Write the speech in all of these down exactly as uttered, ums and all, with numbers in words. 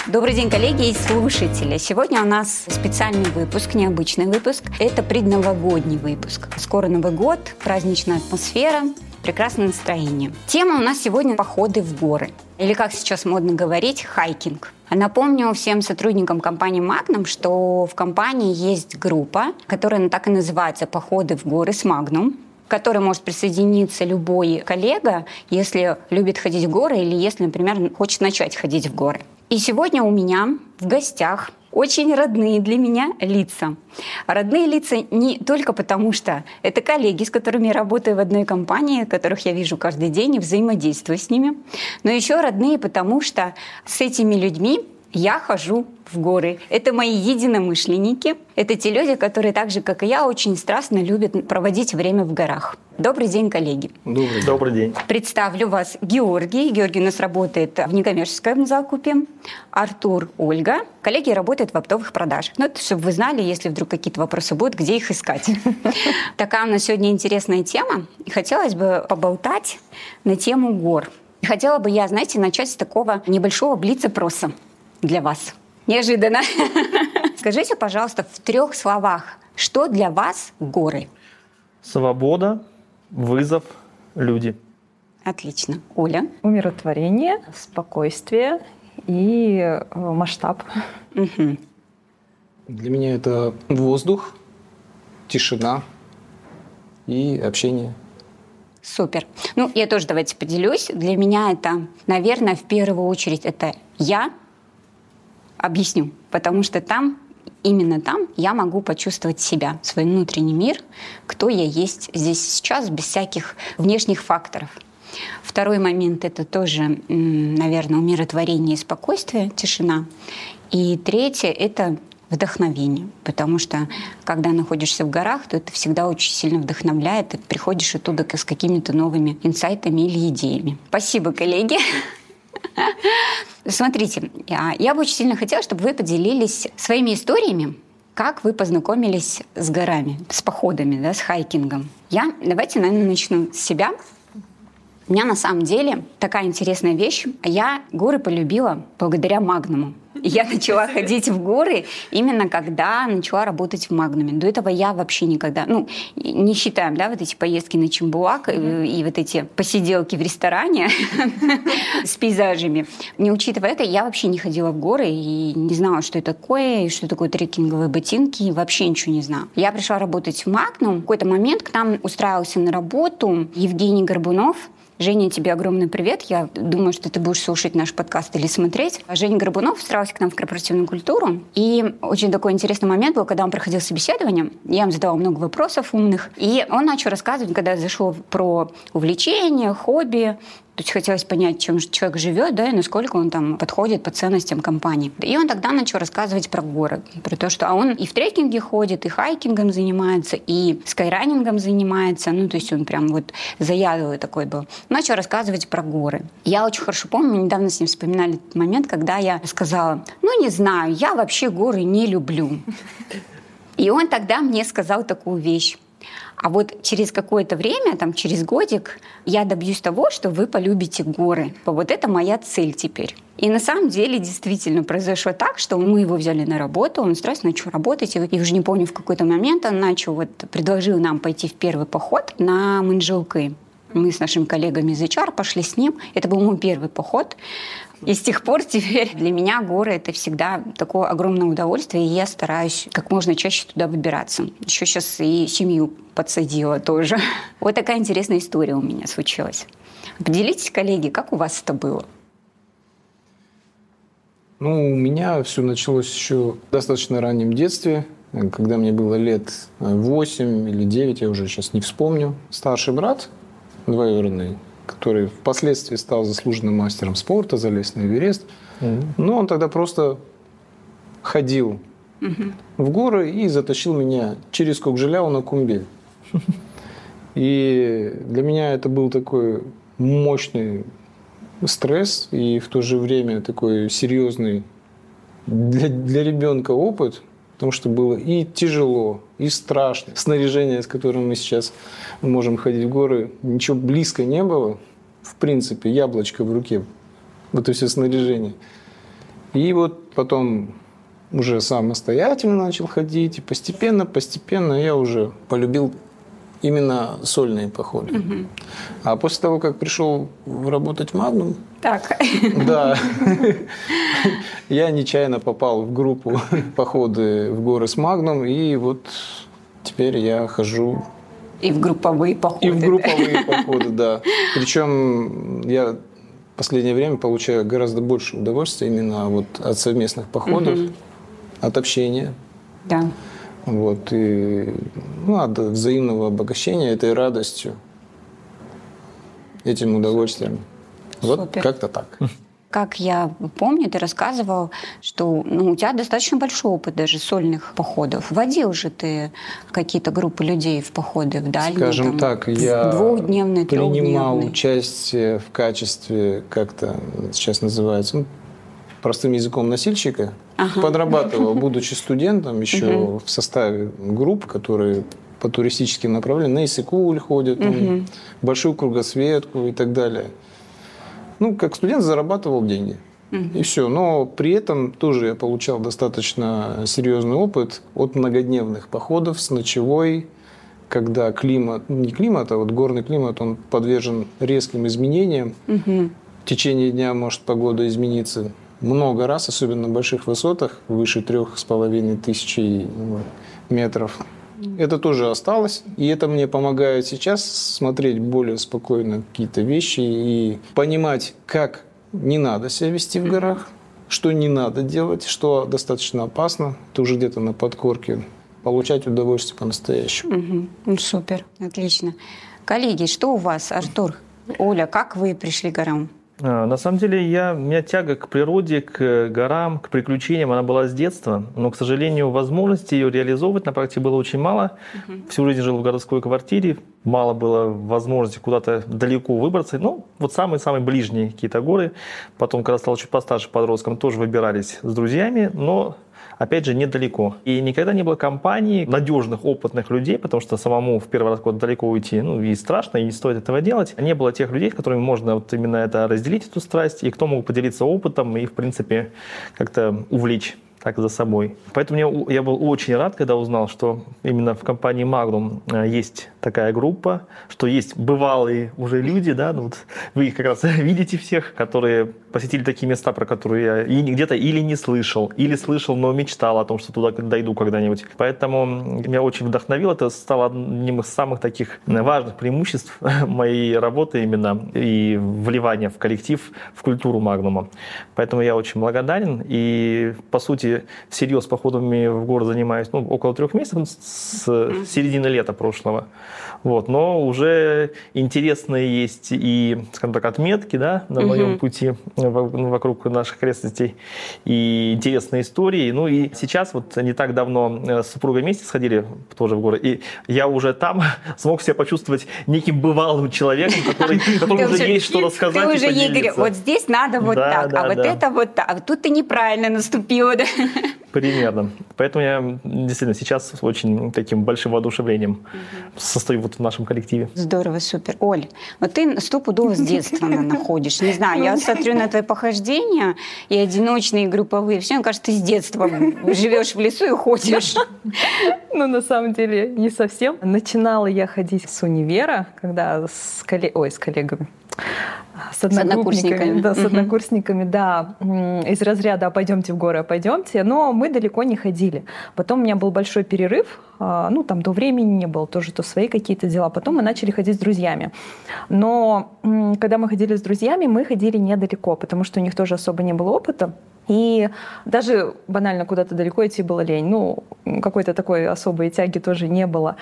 Добрый день, коллеги и слушатели. Сегодня у нас специальный выпуск, необычный выпуск. Это предновогодний выпуск. Скоро Новый год, праздничная атмосфера, прекрасное настроение. Тема у нас сегодня – походы в горы. Или, как сейчас модно говорить, хайкинг. Напомню всем сотрудникам компании Magnum, что в компании есть группа, которая так и называется «Походы в горы с Magnum», к которой может присоединиться любой коллега, если любит ходить в горы или если, например, хочет начать ходить в горы. И сегодня у меня в гостях очень родные для меня лица. Родные лица не только потому, что это коллеги, с которыми я работаю в одной компании, которых я вижу каждый день и взаимодействую с ними, но еще родные потому, что с этими людьми я хожу в горы. Это мои единомышленники. Это те люди, которые так же, как и я, очень страстно любят проводить время в горах. Добрый день, коллеги. Добрый, Добрый день. Представлю вас Георгий. Георгий у нас работает в некоммерческом закупе. Артур, Ольга. Коллеги работают в оптовых продажах. Ну, это чтобы вы знали, если вдруг какие-то вопросы будут, где их искать. Такая у нас сегодня интересная тема. И хотелось бы поболтать на тему гор. Хотела бы я, знаете, начать с такого небольшого блиц-опроса для вас. Неожиданно. Скажите, пожалуйста, в трех словах, что для вас горы? Свобода, вызов, люди. Отлично. Оля? Умиротворение, спокойствие и масштаб. Угу. Для меня это воздух, тишина и общение. Супер. Ну, я тоже давайте поделюсь. Для меня это, наверное, в первую очередь это я. Объясню. Потому что там, именно там я могу почувствовать себя, свой внутренний мир, кто я есть здесь сейчас, без всяких внешних факторов. Второй момент — это тоже, наверное, умиротворение и спокойствие, тишина. И третье — это вдохновение, потому что, когда находишься в горах, то это всегда очень сильно вдохновляет, и приходишь оттуда с какими-то новыми инсайтами или идеями. Спасибо, коллеги. Смотрите, я бы очень сильно хотела, чтобы вы поделились своими историями, как вы познакомились с горами, с походами, да, с хайкингом. Я, давайте, наверное, начну с себя. У меня на самом деле такая интересная вещь. Я горы полюбила благодаря Магнуму. Я начала ходить в горы именно когда начала работать в Магнуме. До этого я вообще никогда, ну, не считаем, да, вот эти поездки на Чимбулак mm-hmm. и, и вот эти посиделки в ресторане с пейзажами. Не учитывая это, я вообще не ходила в горы и не знала, что это такое, и что такое трекинговые ботинки, и вообще ничего не знала. Я пришла работать в Магнум. В какой-то момент к нам устраивался на работу Евгений Горбунов. Женя, тебе огромный привет. Я думаю, что ты будешь слушать наш подкаст или смотреть. Женя Горбунов устраивался к нам в корпоративную культуру. И очень такой интересный момент был, когда он проходил собеседование. Я ему задала много вопросов умных. И он начал рассказывать, когда зашел про увлечения, хобби. То есть хотелось понять, чем человек живет, да, и насколько он там подходит по ценностям компании. И он тогда начал рассказывать про горы, про то, что а он и в трекинге ходит, и хайкингом занимается, и скайранингом занимается. Ну, то есть он прям вот заядлый такой был. Начал рассказывать про горы. Я очень хорошо помню, мы недавно с ним вспоминали этот момент, когда я сказала, ну, не знаю, я вообще горы не люблю. И он тогда мне сказал такую вещь. А вот через какое-то время, там, через годик, я добьюсь того, что вы полюбите горы. Вот это моя цель теперь. И на самом деле действительно произошло так, что мы его взяли на работу, он сразу начал работать, и уже не помню, в какой-то момент он начал, вот, предложил нам пойти в первый поход на Манджылкы. Мы с нашими коллегами из эйч ар пошли с ним. Это был мой первый поход. И с тех пор теперь для меня горы — это всегда такое огромное удовольствие, и я стараюсь как можно чаще туда выбираться. Еще сейчас и семью подсадила тоже. Вот такая интересная история у меня случилась. Поделитесь, коллеги, как у вас это было? Ну, у меня все началось еще в достаточно раннем детстве, когда мне было лет восемь или девять, я уже сейчас не вспомню. Старший брат двоюродный, который впоследствии стал заслуженным мастером спорта, залез на Эверест. Mm-hmm. Но он тогда просто ходил mm-hmm. в горы и затащил меня через Кокжеляу на Кумбель. И для меня это был такой мощный стресс и в то же время такой серьезный для, для ребенка опыт, потому что было и тяжело, и страшно. Снаряжение, с которым мы сейчас можем ходить в горы, ничего близко не было. В принципе, яблочко в руке. Вот и все снаряжение. И вот потом уже самостоятельно начал ходить, и постепенно, постепенно я уже полюбил именно сольные походы. Угу. А после того, как пришел работать в Магнум, так. Да, я нечаянно попал в группу походы в горы с Магнум, и вот теперь я хожу... И в групповые походы. И в групповые походы, да. Причем я в последнее время получаю гораздо больше удовольствия именно вот от совместных походов, от общения. Да. Вот, и ну, от взаимного обогащения этой радостью, этим удовольствием. Вот Супер. Как-то так. Как я помню, ты рассказывал, что ну, у тебя достаточно большой опыт даже сольных походов. Водил же ты какие-то группы людей в походы в дальние? Скажем там, так, я двухдневные, принимал трехдневные. участие в качестве, как-то сейчас называется, ну, простым языком носильщика. Ага. Подрабатывал, будучи студентом, еще угу. в составе групп, которые по туристическим направлениям на Иссык-Куль ходят, угу. большую кругосветку и так далее. Ну, как студент зарабатывал деньги. Угу. И все. Но при этом тоже я получал достаточно серьезный опыт от многодневных походов с ночевой, когда климат, не климат, а вот горный климат, он подвержен резким изменениям. Угу. В течение дня может погода измениться много раз, особенно на больших высотах, выше трех с половиной тысячи метров. Это тоже осталось, и это мне помогает сейчас смотреть более спокойно какие-то вещи и понимать, как не надо себя вести в горах, что не надо делать, что достаточно опасно, это уже где-то на подкорке, получать удовольствие по-настоящему. Угу. Ну, супер, отлично. Коллеги, что у вас, Артур, Оля, как вы пришли к горам? На самом деле, я, у меня тяга к природе, к горам, к приключениям, она была с детства. Но, к сожалению, возможности ее реализовывать на практике было очень мало. Угу. Всю жизнь жил в городской квартире. Мало было возможности куда-то далеко выбраться. Ну, вот самые-самые ближние какие-то горы. Потом, когда стал чуть постарше подростком, тоже выбирались с друзьями. Но... опять же, недалеко. И никогда не было компании надежных, опытных людей, потому что самому в первый раз куда-то далеко уйти, ну, и страшно, и не стоит этого делать. Не было тех людей, с которыми можно вот именно это разделить, эту страсть, и кто мог поделиться опытом и, в принципе, как-то увлечь так за собой. Поэтому я, я был очень рад, когда узнал, что именно в компании Magnum есть такая группа, что есть бывалые уже люди, да, ну вот вы их как раз видите всех, которые посетили такие места, про которые я и где-то или не слышал, или слышал, но мечтал о том, что туда дойду когда-нибудь. Поэтому меня очень вдохновило, это стало одним из самых таких важных преимуществ моей работы именно и вливания в коллектив, в культуру Magnum. Поэтому я очень благодарен и, по сути, всерьез походами в горы занимаюсь ну, около трех месяцев, с середины лета прошлого. Вот. Но уже интересные есть и, скажем так, отметки да, на моем mm-hmm. пути вокруг наших окрестностей, и интересные истории. Ну и сейчас, вот не так давно с супругой вместе сходили тоже в горы, и я уже там смог себя почувствовать неким бывалым человеком, который, который уже есть что рассказать. Ты уже ей говоришь, вот здесь надо вот да, так, да, а вот да. это вот так, а тут ты неправильно наступила. Да? Примерно. Поэтому я действительно сейчас с очень таким большим воодушевлением угу. состою вот в нашем коллективе. Здорово, супер. Оль, вот ты стопудово с детства находишь. Не знаю, я смотрю на твои похождения, и одиночные, и групповые. Все, мне кажется, ты с детства живешь в лесу и ходишь. Ну, на самом деле, не совсем. Начинала я ходить с универа, когда с, коллег... Ой, с коллегами. С однокурсниками, да, с однокурсниками, да, из разряда «а пойдемте в горы, а пойдемте», но мы далеко не ходили. Потом у меня был большой перерыв, ну, там до времени не было, тоже то свои какие-то дела. Потом мы начали ходить с друзьями. Но когда мы ходили с друзьями, мы ходили недалеко, потому что у них тоже особо не было опыта. И даже банально куда-то далеко идти было лень. Ну, какой-то такой особой тяги тоже не было.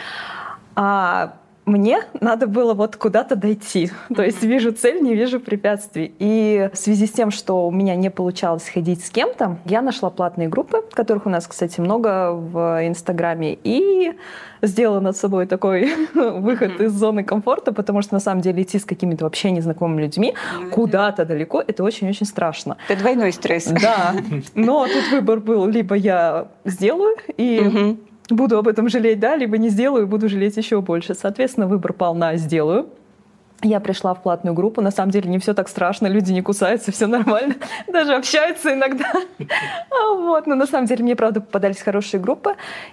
А мне надо было вот куда-то дойти. То есть вижу цель, не вижу препятствий. И в связи с тем, что у меня не получалось ходить с кем-то, я нашла платные группы, которых у нас, кстати, много в Инстаграме, и сделала над собой такой выход из зоны комфорта, потому что на самом деле идти с какими-то вообще незнакомыми людьми куда-то далеко, это очень-очень страшно. Это двойной стресс. Да. Но тут выбор был, либо я сделаю и буду об этом жалеть, да, либо не сделаю и буду жалеть еще больше. Соответственно, выбор пал на «сделаю». Я пришла в платную группу. На самом деле не все так страшно, люди не кусаются, все нормально. Даже общаются иногда. Вот. Но на самом деле мне, правда, попадались хорошие группы.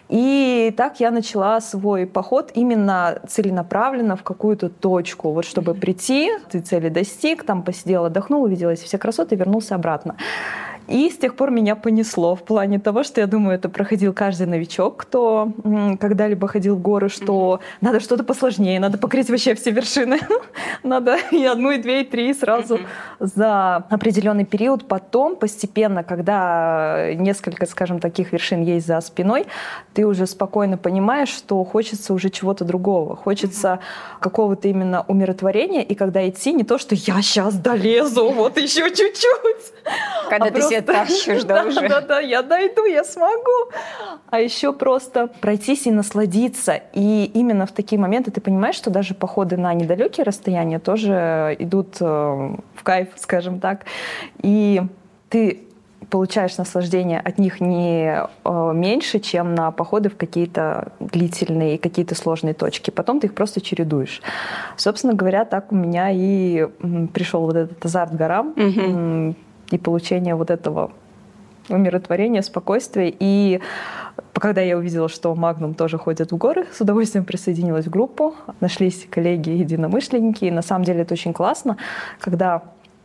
И так я начала свой поход именно целенаправленно в какую-то точку. Вот чтобы прийти, ты цели достиг, там посидел, отдохнул, увидела все красоты и вернулся обратно. И с тех пор меня понесло в плане того, что я думаю, это проходил каждый новичок, кто когда-либо ходил в горы, что mm-hmm. надо что-то посложнее, надо покрыть вообще все вершины. Надо и одну, и две, и три сразу mm-hmm. за определенный период. Потом постепенно, когда несколько, скажем, таких вершин есть за спиной, ты уже спокойно понимаешь, что хочется уже чего-то другого. Хочется mm-hmm. какого-то именно умиротворения. И когда идти, не то, что я сейчас долезу, вот еще чуть-чуть. Когда а ты себя тащишь, да, да, уже? Да, да, я дойду, я смогу. А еще просто пройтись и насладиться. И именно в такие моменты ты понимаешь, что даже походы на недалекие расстояния тоже идут в кайф, скажем так. И ты получаешь наслаждение от них не меньше, чем на походы в какие-то длительные, какие-то сложные точки. Потом ты их просто чередуешь. Собственно говоря, так у меня и пришел вот этот азарт горам. Mm-hmm. И получение вот этого умиротворения, спокойствия. И когда я увидела, что Magnum тоже ходит в горы, с удовольствием присоединилась в группу. Нашлись коллеги-единомышленники. И на самом деле это очень классно, когда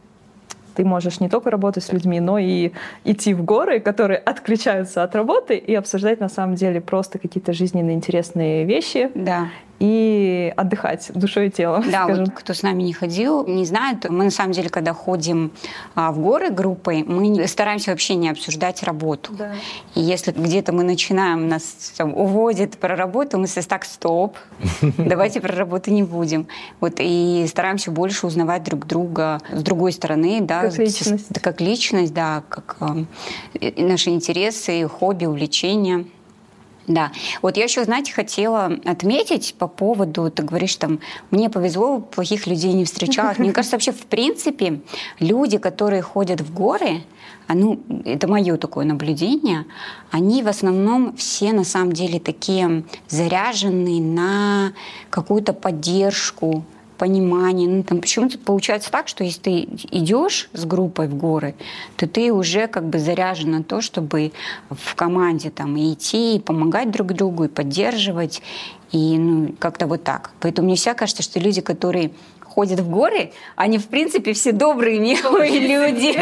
ты можешь не только работать с людьми, но и идти в горы, которые отключаются от работы, и обсуждать на самом деле просто какие-то жизненно интересные вещи. Да. И отдыхать душой и телом. Да, скажем. Вот кто с нами не ходил, не знает, мы на самом деле, когда ходим а, в горы группой, мы стараемся вообще не обсуждать работу. Да. И если где-то мы начинаем, нас там, уводит про работу, мы сказать, так, стоп, давайте про работу не будем. Вот, и стараемся больше узнавать друг друга с другой стороны, да, как личность, как личность, да, как э, наши интересы, хобби, увлечения. Да. Вот я еще, знаете, хотела отметить по поводу, ты говоришь, там, мне повезло, плохих людей не встречалась. Мне кажется, вообще, в принципе, люди, которые ходят в горы, ну, это мое такое наблюдение, они в основном все на самом деле такие заряженные на какую-то поддержку, понимание. Ну, там почему-то получается так, что если ты идешь с группой в горы, то ты уже как бы заряжен на то, чтобы в команде там и идти, и помогать друг другу, и поддерживать, и ну, как-то вот так. Поэтому мне всегда кажется, что люди, которые ходят в горы, они в принципе все добрые, милые люди.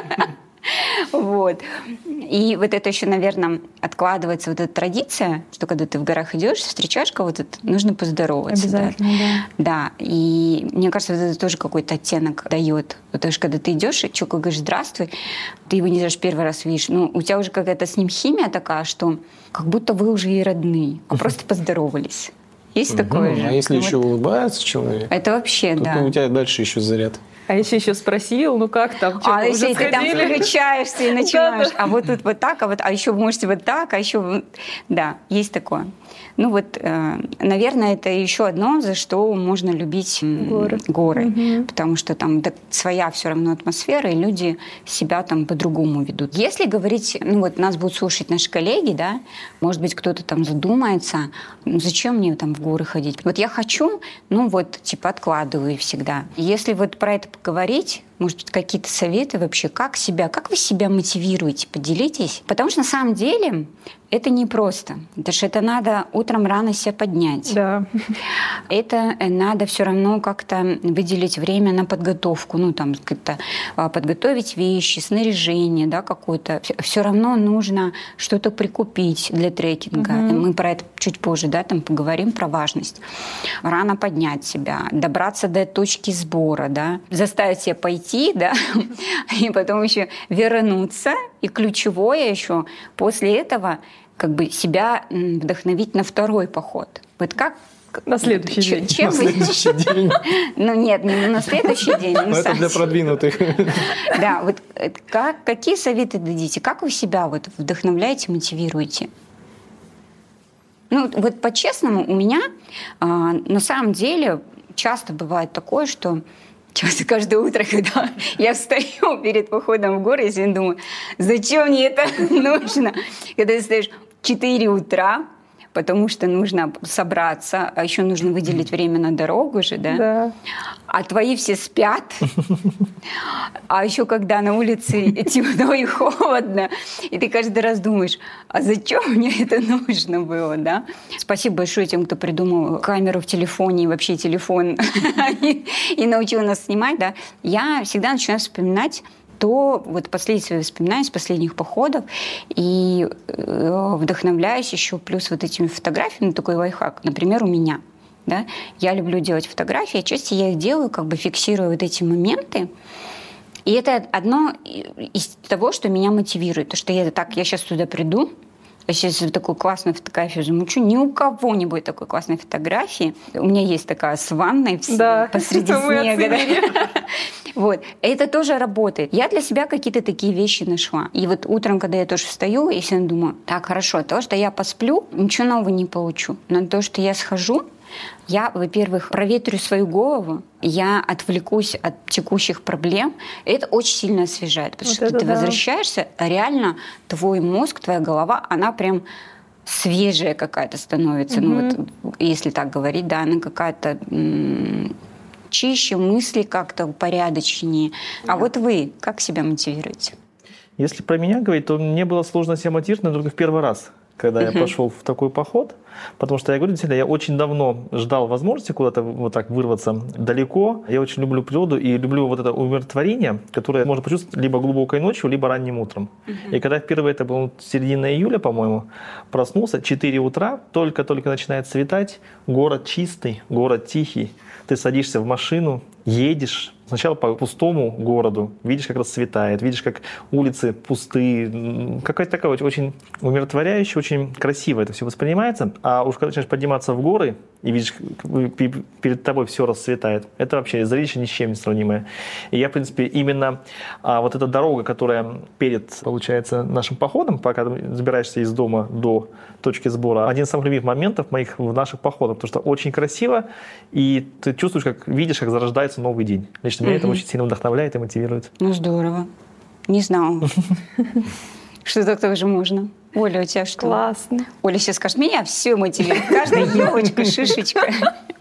Вот. И вот это еще, наверное, откладывается вот эта традиция, что когда ты в горах идешь, встречаешь кого-то, нужно поздороваться. Обязательно, да. Да. И мне кажется, вот это тоже какой-то оттенок дает. Потому что когда ты идешь, и человек говоришь «здравствуй», ты его не знаешь, первый раз видишь, ну, у тебя уже какая-то с ним химия такая, что как будто вы уже и родные, а просто поздоровались. Есть угу. такое же? А если ну, еще вот. улыбается человек? Это вообще, то, да. Ну, у тебя дальше еще заряд. А если еще спросил, ну как там, что а вы если уже ты там включаешься и начинаешь, а вот тут вот так, а вот, а еще вы можете вот так, а еще, да, есть такое. Ну вот, э, наверное, это еще одно, за что можно любить горы, горы угу. потому что там да, своя все равно атмосфера, и люди себя там по-другому ведут. Если говорить, ну вот нас будут слушать наши коллеги, да, может быть, кто-то там задумается, ну зачем мне там в горы ходить? Вот я хочу, ну вот, типа откладываю всегда. Если вот про это поговорить, может быть, какие-то советы вообще, как себя, как вы себя мотивируете, поделитесь. Потому что на самом деле это непросто. Потому что это надо утром рано себя поднять. Да. Это надо все равно как-то выделить время на подготовку. Ну, там, как-то подготовить вещи, снаряжение, да, какое-то. Все равно нужно что-то прикупить для трекинга. Угу. Мы про это чуть позже, да, там поговорим про важность. Рано поднять себя, добраться до точки сбора, да, заставить себя пойти, да, и потом еще вернуться. И ключевое еще после этого как бы себя вдохновить на второй поход. Вот как на следующий Ч- день. Чем на вы... следующий день. Ну нет, не на следующий день. Это для продвинутых. Да, вот как, какие советы дадите? Как вы себя вот вдохновляете, мотивируете? Ну вот по-честному, у меня а, на самом деле часто бывает такое, что часто каждое утро, когда я встаю перед походом в горы, я себе думаю, зачем мне это нужно? Когда ты встаешь в четыре утра, потому что нужно собраться, а еще нужно выделить время на дорогу же, да? Да. А твои все спят. А еще когда на улице темно и холодно, и ты каждый раз думаешь, а зачем мне это нужно было, да? Спасибо большое тем, кто придумал камеру в телефоне и вообще телефон и научил нас снимать, да. Я всегда начинаю вспоминать то вот последствия воспоминаний с последних походов и э, вдохновляюсь еще плюс вот этими фотографиями, такой лайфхак, например, у меня. Да? Я люблю делать фотографии, отчасти я их делаю, как бы фиксируя вот эти моменты. И это одно из того, что меня мотивирует. То, что я так, я сейчас туда приду, я сейчас такую классную фотографию замучу. Ни у кого не будет такой классной фотографии. У меня есть такая с ванной да, посреди снега. Вот. Это тоже работает. Я для себя какие-то такие вещи нашла. И вот утром, когда я тоже встаю, я всегда думаю, так, хорошо, то, что я посплю, ничего нового не получу. Но то, что я схожу, я, во-первых, проветрю свою голову, я отвлекусь от текущих проблем. И это очень сильно освежает. Потому вот что ты да. возвращаешься, а реально твой мозг, твоя голова, она прям свежая какая-то становится. Mm-hmm. Ну вот, если так говорить, да, она какая-то м- чище, мысли как-то упорядоченнее. А yeah. вот вы как себя мотивируете? Если про меня говорить, то мне было сложно себя мотивировать, но только в первый раз, когда uh-huh. я пошел в такой поход. Потому что я говорю, действительно, я очень давно ждал возможности куда-то вот так вырваться далеко. Я очень люблю природу и люблю вот это умиротворение, которое можно почувствовать либо глубокой ночью, либо ранним утром. Uh-huh. И когда впервые, это было середина июля, по-моему, проснулся, четыре утра, только-только начинает светать, город чистый, город тихий. Ты садишься в машину, едешь сначала по пустому городу, видишь, как расцветает, видишь, как улицы пустые. Какая-то такая очень умиротворяющая, очень красиво это все воспринимается. А уж когда начинаешь подниматься в горы и видишь, перед тобой все расцветает, это вообще зрелище ни с чем не сравнимое. И я, в принципе, именно а, вот эта дорога, которая перед, получается, нашим походом, пока ты забираешься из дома до точки сбора, один из самых любимых моментов моих в наших походах, потому что очень красиво, и ты чувствуешь, как видишь, как зарождается новый день. Лично меня это очень сильно вдохновляет и мотивирует. Ну, здорово. Не знала, что так тоже можно. Оля, у тебя что? Классно. Оля сейчас скажет, меня все мотивирует. Каждая елочка, шишечка.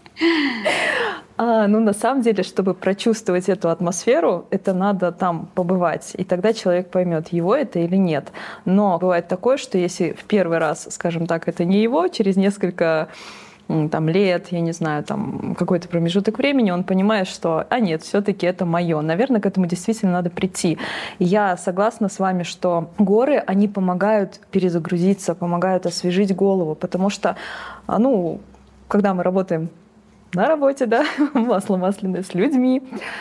А, ну, на самом деле, чтобы прочувствовать эту атмосферу, это надо там побывать. И тогда человек поймет, его это или нет. Но бывает такое, что если в первый раз, скажем так, это не его, через несколько там, лет, я не знаю, там, какой-то промежуток времени, он понимает, что, а нет, все-таки это мое. Наверное, к этому действительно надо прийти. И я согласна с вами, что горы, они помогают перезагрузиться, помогают освежить голову, потому что, ну, когда мы работаем на работе, да, масло масляное с людьми,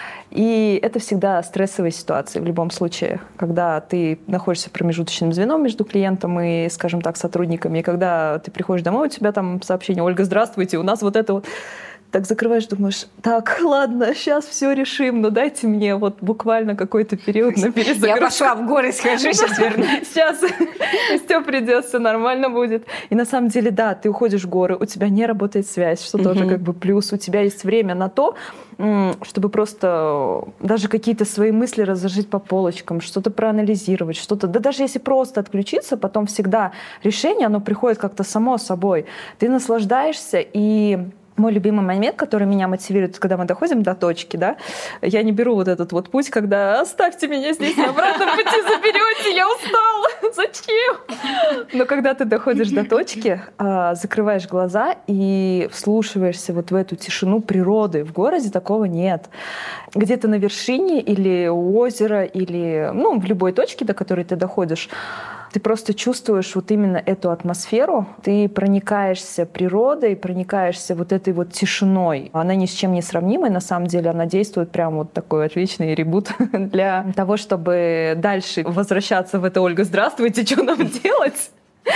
и это всегда стрессовая ситуация в любом случае, когда ты находишься промежуточным звеном между клиентом и, скажем так, сотрудниками, и когда ты приходишь домой, у тебя там сообщение: «Ольга, здравствуйте, у нас вот это вот...» Так закрываешь, думаешь, так, ладно, сейчас все решим, но дайте мне вот буквально какой-то период на перезагрузку. Я пошла в горы, схожу, сейчас вернусь. Сейчас все придет, все нормально будет. И на самом деле, да, ты уходишь в горы, у тебя не работает связь, что тоже как бы плюс. У тебя есть время на то, чтобы просто даже какие-то свои мысли разложить по полочкам, что-то проанализировать, что-то. Да даже если просто отключиться, потом всегда решение, оно приходит как-то само собой. Ты наслаждаешься, и мой любимый момент, который меня мотивирует, когда мы доходим до точки, да, я не беру вот этот вот путь, когда оставьте меня здесь, на обратном пути заберете, я устала, зачем? Но когда ты доходишь до точки, закрываешь глаза и вслушиваешься вот в эту тишину природы. В городе такого нет. Где-то на вершине или у озера, или ну, в любой точке, до которой ты доходишь, ты просто чувствуешь вот именно эту атмосферу, ты проникаешься природой, проникаешься вот этой вот тишиной. Она ни с чем не сравнимая, на самом деле она действует прям вот такой отличный ребут для того, чтобы дальше возвращаться в это: «Ольга, здравствуйте, что нам делать?»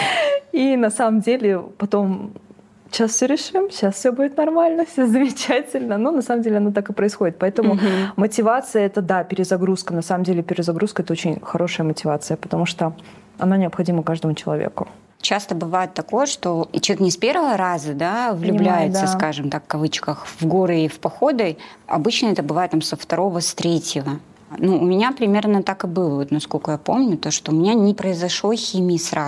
И на самом деле потом: сейчас все решим, сейчас все будет нормально, все замечательно. Но на самом деле оно так и происходит. Поэтому угу. мотивация — это, да, перезагрузка. На самом деле перезагрузка — это очень хорошая мотивация, потому что она необходима каждому человеку. Часто бывает такое, что человек не с первого раза, да, влюбляется, Понимаю, да. скажем так, в кавычках, в горы и в походы. Обычно это бывает там со второго, с третьего. Ну, у меня примерно так и было, вот, насколько я помню, то, что у меня не произошло химии сразу.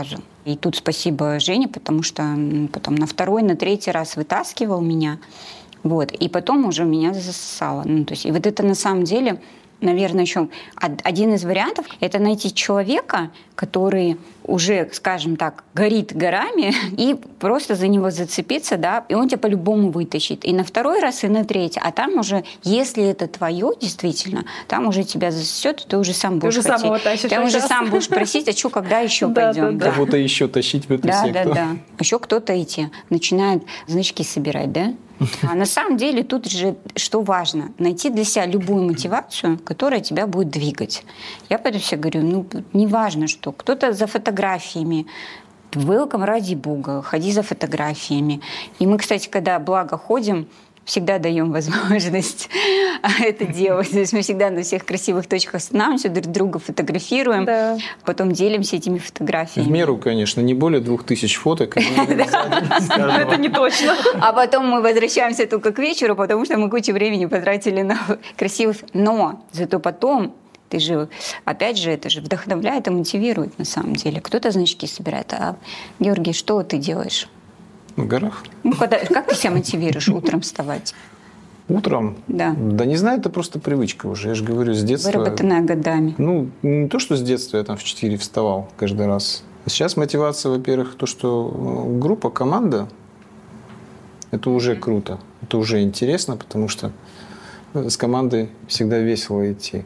И тут спасибо Жене, потому что потом на второй, на третий раз вытаскивал меня. Вот. И потом уже меня засосало. Ну, то есть, и вот это на самом деле, наверное, еще один из вариантов – это найти человека, который уже, скажем так, горит горами, и просто за него зацепиться, да, и он тебя по-любому вытащит. И на второй раз, и на третий. А там уже, если это твое, действительно, там уже тебя засосет, ты уже сам будешь ты уже хотеть. Тащишь, ты уже сам будешь просить, а что, когда еще пойдем? Кого-то еще тащить в эту секту. Да, да, да. Еще кто-то эти начинает значки собирать, да? А на самом деле тут же, что важно, найти для себя любую мотивацию, которая тебя будет двигать. Я поэтому все говорю, ну, не важно, что кто-то за фотографиями, welcome, ради бога, ходи за фотографиями. И мы, кстати, когда благо ходим, всегда даем возможность это делать. То есть мы всегда на всех красивых точках останавливаемся, друг друга фотографируем, да. Потом делимся этими фотографиями. В меру, конечно, не более двух тысяч фоток. Это не точно. А потом мы возвращаемся только к вечеру, потому что мы кучу времени потратили на красивых... Но зато потом ты же, опять же, это же вдохновляет и мотивирует на самом деле. Кто-то значки собирает. А, Георгий, что ты делаешь? В горах. Ну, когда, как ты себя мотивируешь утром вставать? Утром? Да. Да не знаю, это просто привычка уже. Я же говорю, с детства... Выработанная годами. Ну, не то, что с детства я там в четыре вставал каждый раз. Сейчас мотивация, во-первых, то, что группа, команда, это уже круто. Это уже интересно, потому что с командой всегда весело идти.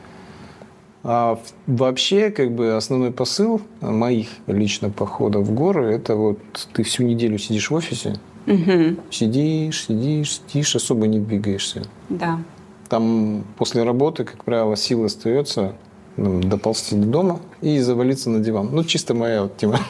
А вообще, как бы, основной посыл моих лично походов в горы, это вот ты всю неделю сидишь в офисе, угу. сидишь, сидишь, сидишь, особо не двигаешься. Да. Там после работы, как правило, сил остается ну, доползти до дома и завалиться на диван. Ну, чисто моя вот тема.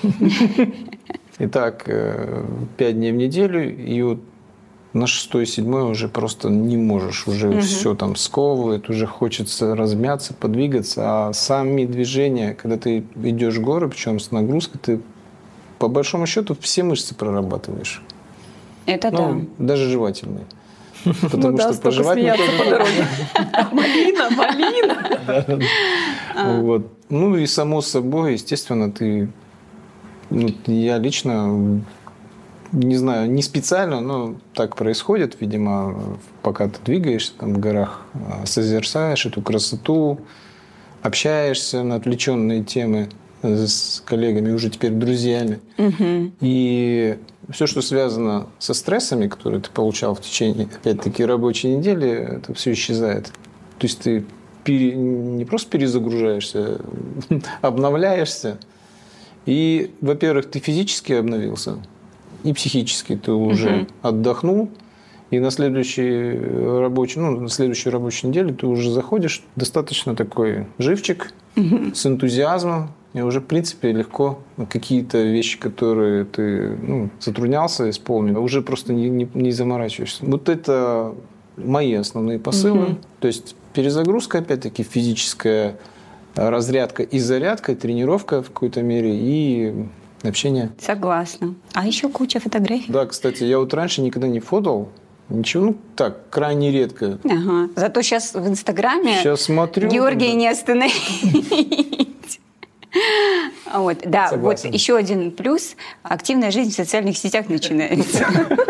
Итак, пять дней в неделю, и вот на шестой, седьмой уже просто не можешь, уже угу. все там сковывает, уже хочется размяться, подвигаться, а сами движения, когда ты идешь в горы, причем с нагрузкой, ты по большому счету все мышцы прорабатываешь. Это ну, да. Даже жевательные. Потому ну да, что пожевать не по дороге. Малина, малина. Вот. Ну и само собой, естественно, ты, ну, я лично не знаю, не специально, но так происходит, видимо, пока ты двигаешься там в горах, созерцаешь эту красоту, общаешься на отвлеченные темы с коллегами, уже теперь друзьями. Угу. И все, что связано со стрессами, которые ты получал в течение, опять-таки, рабочей недели, это все исчезает. То есть ты пере, не просто перезагружаешься, обновляешься. И, во-первых, ты физически обновился, и психически ты уже uh-huh. отдохнул, и на следующий рабочий, ну, на следующую рабочую неделю ты уже заходишь достаточно такой живчик, uh-huh. с энтузиазмом, и уже, в принципе, легко какие-то вещи, которые ты ну, затруднялся исполнить, уже просто не, не, не заморачиваешься. Вот это мои основные посылы. Uh-huh. То есть перезагрузка, опять-таки, физическая разрядка и зарядка, тренировка в какой-то мере, и общение. Согласна. А еще куча фотографий. Да, кстати, я вот раньше никогда не фотал. Ничего, ну так, крайне редко. Ага. Зато сейчас в Инстаграме сейчас смотрю, Георгия да. не остановить. Вот, да, согласен. Вот еще один плюс. Активная жизнь в социальных сетях начинается.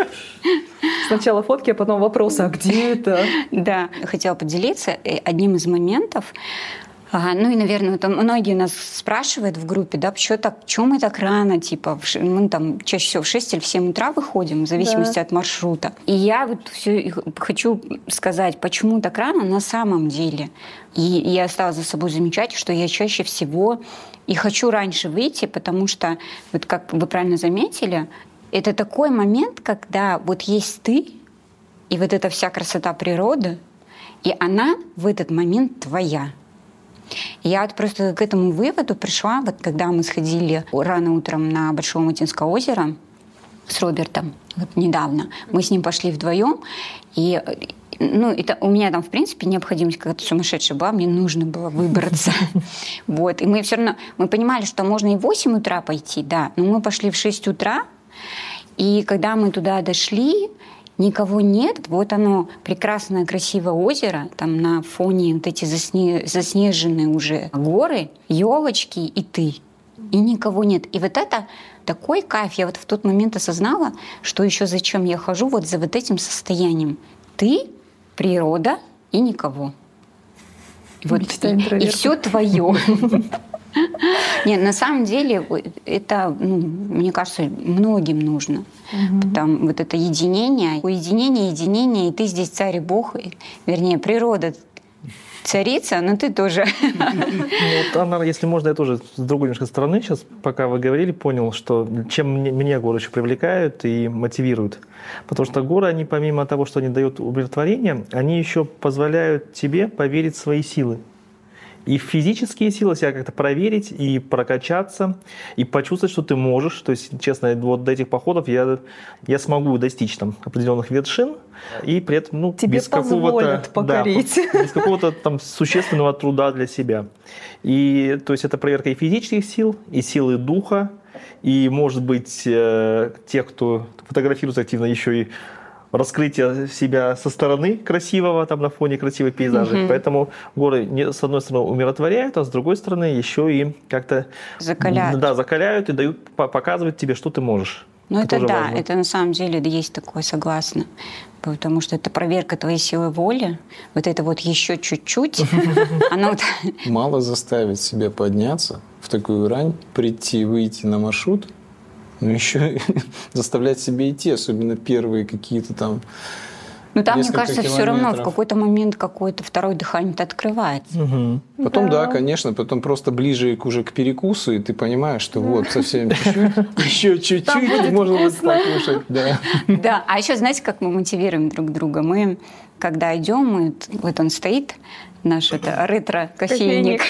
Сначала фотки, а потом вопросы, а где это? Да, хотела поделиться одним из моментов. А, ну и, наверное, там многие нас спрашивают в группе, да, что так, что мы так рано, типа, в, мы там чаще всего в шесть или в семь утра выходим, в зависимости да. от маршрута. И я вот все хочу сказать, почему так рано на самом деле. И я стала за собой замечать, что я чаще всего и хочу раньше выйти, потому что, вот как вы правильно заметили, это такой момент, когда вот есть ты, и вот эта вся красота природы, и она в этот момент твоя. Я вот просто к этому выводу пришла, вот когда мы сходили рано утром на Большое Матинское озеро с Робертом, вот недавно. Мы с ним пошли вдвоем, и ну, это, у меня там, в принципе, необходимость какая-то сумасшедшая была, мне нужно было выбраться. Вот. И мы все равно, мы понимали, что можно и в восемь утра пойти, да, но мы пошли в шесть утра, и когда мы туда дошли, никого нет. Вот оно, прекрасное, красивое озеро. Там на фоне вот эти засне... заснеженные уже горы, елочки и ты. и никого нет. И вот это такой кайф. Я вот в тот момент осознала, что еще зачем я хожу вот за вот этим состоянием. Ты, природа и никого. Вот, и, и все твое. Нет, на самом деле это, ну, мне кажется, многим нужно. Угу. Там вот это единение, уединение, единение, и ты здесь царь и бог, вернее, природа царица, но ты тоже. Вот, Анна, если можно, я тоже с другой немножко стороны сейчас, пока вы говорили, понял, что чем мне, меня горы еще привлекают и мотивируют. Потому что горы, они помимо того, что они дают умиротворение, они еще позволяют тебе поверить в свои силы. И физические силы себя как-то проверить, и прокачаться, и почувствовать, что ты можешь. То есть, честно, вот до этих походов я, я смогу достичь там определенных вершин, и при этом ну, тебе без какого-то, покорить. Да, без какого-то там существенного труда для себя. И то есть это проверка и физических сил, и силы духа, и, может быть, э, тех, кто фотографируется активно, еще и раскрытие себя со стороны красивого, там на фоне красивых пейзажей. Mm-hmm. Поэтому горы, с одной стороны, умиротворяют, а с другой стороны, еще и как-то закаляют. Да, закаляют и дают, показывают тебе, что ты можешь. Ну это, это да, важно. Это на самом деле есть такое, согласна. Потому что это проверка твоей силы воли. Вот это вот еще чуть-чуть. Мало заставить себя подняться в такую рань, прийти, выйти на маршрут, но еще заставлять себя идти, особенно первые какие-то там. Ну там, мне кажется, все равно в какой-то момент какое-то второе дыхание-то открывается. Угу. Потом, да. да, конечно, потом просто ближе к, уже к перекусу, и ты понимаешь, что вот совсем чуть-чуть, еще чуть-чуть можно будет покушать. Да. Да, а еще знаете, как мы мотивируем друг друга? Мы, когда идем, мы, вот он стоит, наш это ретро-кофейник.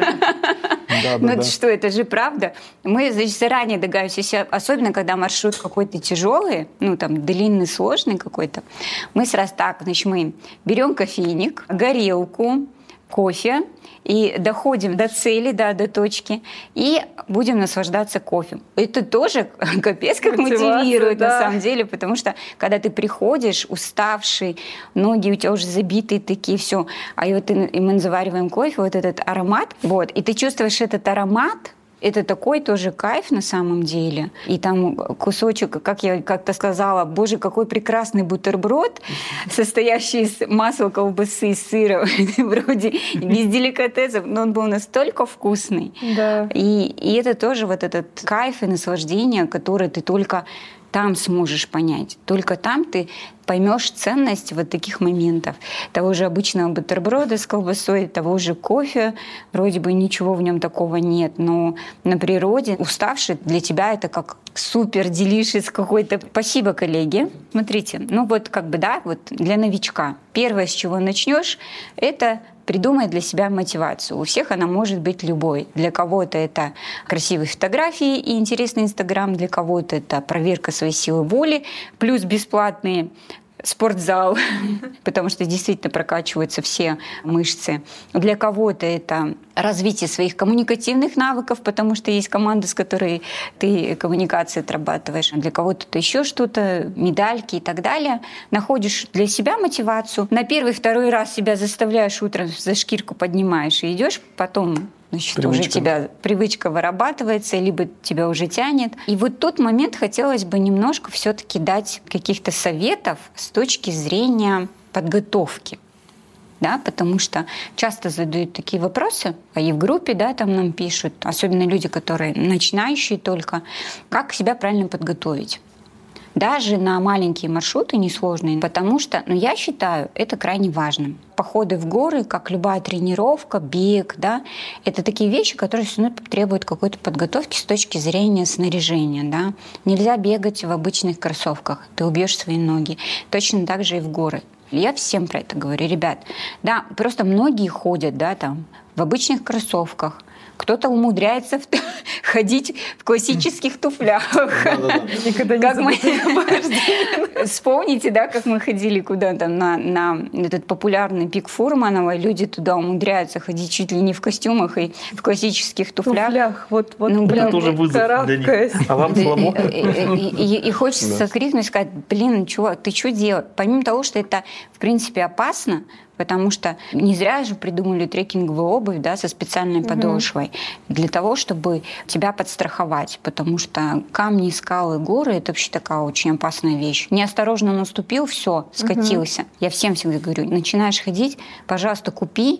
Да, да, ну да. что, это же правда. Мы, значит, заранее догадаемся, особенно когда маршрут какой-то тяжелый, ну там длинный, сложный какой-то, мы сразу так, значит, мы берем кофейник, горелку, кофе, и доходим до цели, да, до точки, и будем наслаждаться кофе. Это тоже капец как мотивирует, да. На самом деле, потому что когда ты приходишь уставший, ноги у тебя уже забитые такие, все, а и вот ты, и мы завариваем кофе, вот этот аромат, вот, и ты чувствуешь этот аромат. Это такой тоже кайф на самом деле. И там кусочек, как я как-то сказала, боже, какой прекрасный бутерброд, состоящий из масла, колбасы и сыра, вроде без деликатесов, но он был настолько вкусный. Да. И, и это тоже вот этот кайф и наслаждение, которое ты только там сможешь понять. Только там ты поймешь ценность вот таких моментов. Того же обычного бутерброда с колбасой, того же кофе. Вроде бы ничего в нем такого нет, но на природе уставший для тебя это как супер делишес какой-то. Спасибо, коллеги. Смотрите, ну вот как бы, да, вот для новичка. Первое, с чего начнешь, это придумай для себя мотивацию. У всех она может быть любой. Для кого-то это красивые фотографии и интересный Инстаграм, для кого-то это проверка своей силы воли, плюс бесплатные спортзал, потому что действительно прокачиваются все мышцы. Для кого-то это развитие своих коммуникативных навыков, потому что есть команда, с которой ты коммуникации отрабатываешь. Для кого-то это еще что-то, медальки и так далее. Находишь для себя мотивацию. На первый, второй раз себя заставляешь утром, за шкирку поднимаешь и идешь, потом значит, привычка. Уже тебя привычка вырабатывается, либо тебя уже тянет. И вот тот момент хотелось бы немножко все-таки дать каких-то советов с точки зрения подготовки. Да, потому что часто задают такие вопросы, а и в группе, да, там нам пишут, особенно люди, которые начинающие только, как себя правильно подготовить. Даже на маленькие маршруты несложные, потому что, ну, я считаю, это крайне важно. Походы в горы, как любая тренировка, бег, да, это такие вещи, которые все равно требуют какой-то подготовки с точки зрения снаряжения, да. Нельзя бегать в обычных кроссовках, ты убьешь свои ноги. Точно так же и в горы. Я всем про это говорю, ребят. Да, просто многие ходят, да, там, в обычных кроссовках. Кто-то умудряется ходить в классических туфлях. Никогда не забываю. Вспомните, да, как мы ходили куда-то на, на этот популярный пик Фурманова, люди туда умудряются ходить чуть ли не в костюмах и в классических туфлях. туфлях. Вот, вот, ну, блин, тоже вызов для них. А вам слабо? И, и, и хочется крикнуть и сказать, блин, чувак, ты что делаешь? Помимо того, что это, в принципе, опасно, Потому что не зря же придумали трекинговую обувь, да, со специальной угу. подошвой для того, чтобы тебя подстраховать. Потому что камни, скалы, горы – это вообще такая очень опасная вещь. Неосторожно наступил, все, скатился. Угу. Я всем всегда говорю, начинаешь ходить, пожалуйста, купи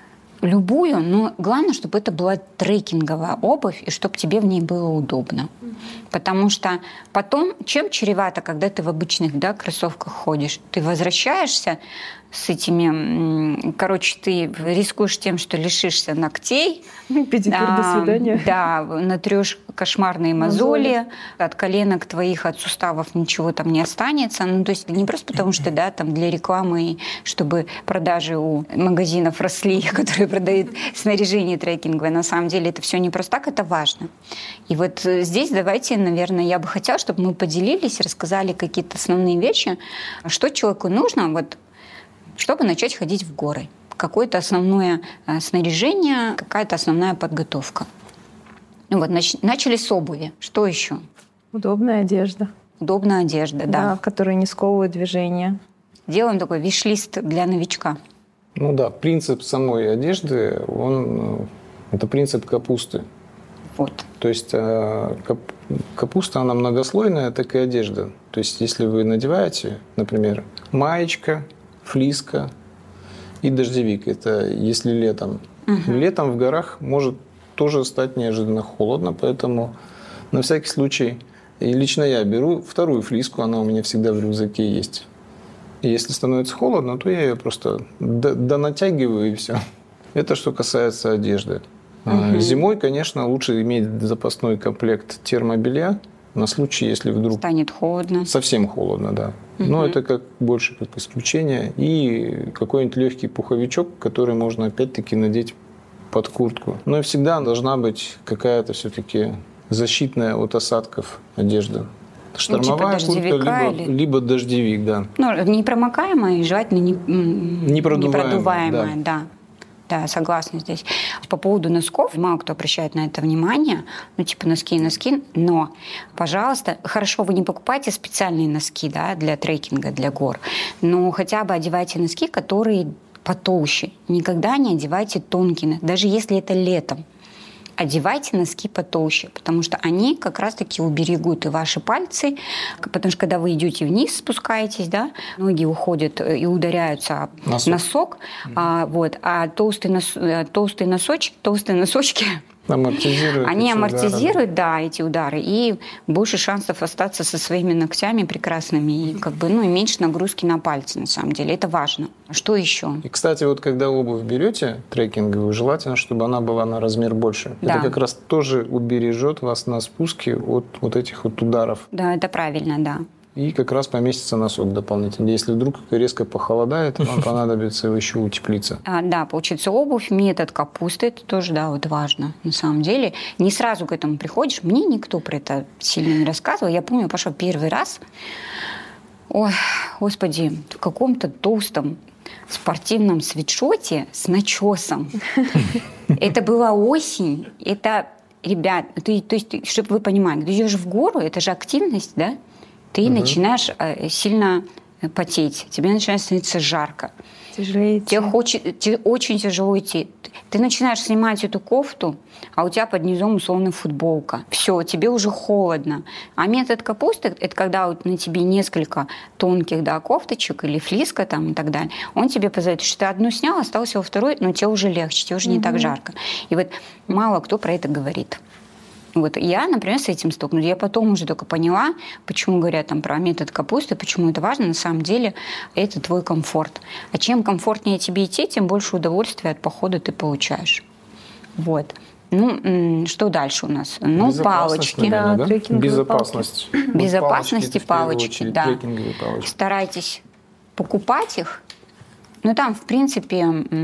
любую, но главное, чтобы это была трекинговая обувь, и чтобы тебе в ней было удобно. Mm-hmm. Потому что потом, чем чревато, когда ты в обычных, да, кроссовках ходишь, ты возвращаешься с этими... Короче, ты рискуешь тем, что лишишься ногтей. Педикюр, а, до свидания. Да, натрешь кошмарные мозоли, мозоли. От коленок твоих, от суставов ничего там не останется. Ну, то есть не просто потому, что, да, там для рекламы, чтобы продажи у магазинов росли, которые продают снаряжение трекинговое. На самом деле это все не просто так, это важно. И вот здесь давайте, наверное, я бы хотела, чтобы мы поделились, рассказали какие-то основные вещи, что человеку нужно, вот, чтобы начать ходить в горы. Какое-то основное снаряжение, какая-то основная подготовка. Ну вот, нач- начали с обуви. Что еще? Удобная одежда. Удобная одежда, да. Да, которая не сковывает движение. Делаем такой виш-лист для новичка. Ну да, принцип самой одежды, он, это принцип капусты. Вот. То есть кап, капуста, она многослойная, так и одежда. То есть если вы надеваете, например, маечка, флиска и дождевик, это если летом. Угу. Летом в горах может тоже стать неожиданно холодно, поэтому на всякий случай, и лично я беру вторую флиску, она у меня всегда в рюкзаке есть. И если становится холодно, то я ее просто донатягиваю и все. Это что касается одежды. Угу. Зимой, конечно, лучше иметь запасной комплект термобелья на случай, если вдруг... Станет холодно. Совсем холодно, да. Угу. Но это как больше как исключение. И какой-нибудь легкий пуховичок, который можно опять-таки надеть под куртку. Но всегда должна быть какая-то все-таки защитная от осадков одежда. Штормовая ну, типа куртка, либо, или... либо дождевик, да. Ну, непромокаемая и желательно не, непродуваемая, непродуваемая, да. да. Да, согласна здесь. По поводу носков, мало кто обращает на это внимание, ну, типа носки и носки, но, пожалуйста, хорошо, вы не покупайте специальные носки, да, для трекинга, для гор, но хотя бы одевайте носки, которые потолще. Никогда не одевайте тонкие, даже если это летом. Одевайте носки потолще, потому что они как раз-таки уберегут и ваши пальцы, потому что когда вы идете вниз, спускаетесь, да, ноги уходят и ударяются об носок, носок mm-hmm. а, вот, а толстые, нос, толстые, носочки, толстые носочки амортизируют они амортизируют, удары. Да, эти удары, и больше шансов остаться со своими ногтями прекрасными, и, как бы, ну, и меньше нагрузки на пальцы, на самом деле. Это важно. Что еще? И, кстати, вот когда обувь берете трекинговую, желательно, чтобы она была на размер больше. Да. Это как раз тоже убережет вас на спуске от вот этих вот ударов. Да, это правильно, да. И как раз поместится носок дополнительно. Если вдруг резко похолодает, вам понадобится еще утеплиться. А, да, получится обувь, метод капусты, это тоже, да, вот важно. На самом деле, не сразу к этому приходишь. Мне никто про это сильно не рассказывал. Я помню, пошла первый раз, ой, господи, в каком-то толстом спортивном свитшоте с начесом. Это была осень. Это, ребят, то есть, чтобы вы понимали, ты идешь в гору, это же активность, да? Ты угу. начинаешь э, сильно потеть, тебе начинает становиться жарко. Тяжелее идти. Тебе, хочет, тебе очень тяжело идти. Ты начинаешь снимать эту кофту, а у тебя под низом условно футболка. Все, тебе уже холодно. А метод капусты – это когда вот на тебе несколько тонких, да, кофточек или флиска там и так далее. Он тебе позволяет, что ты одну снял, остался во второй, но тебе уже легче, тебе уже угу. не так жарко. И вот мало кто про это говорит. Вот я, например, с этим столкнулась. Я потом уже только поняла, почему говорят там про метод капусты, почему это важно. На самом деле это твой комфорт. А чем комфортнее тебе идти, тем больше удовольствия от похода ты получаешь. Вот. Ну, что дальше у нас? Ну, палочки. Наверное, да, да? Безопасность. Палки. Безопасности палочки, очередь, да. палочки. Старайтесь покупать их. Ну, там, в принципе,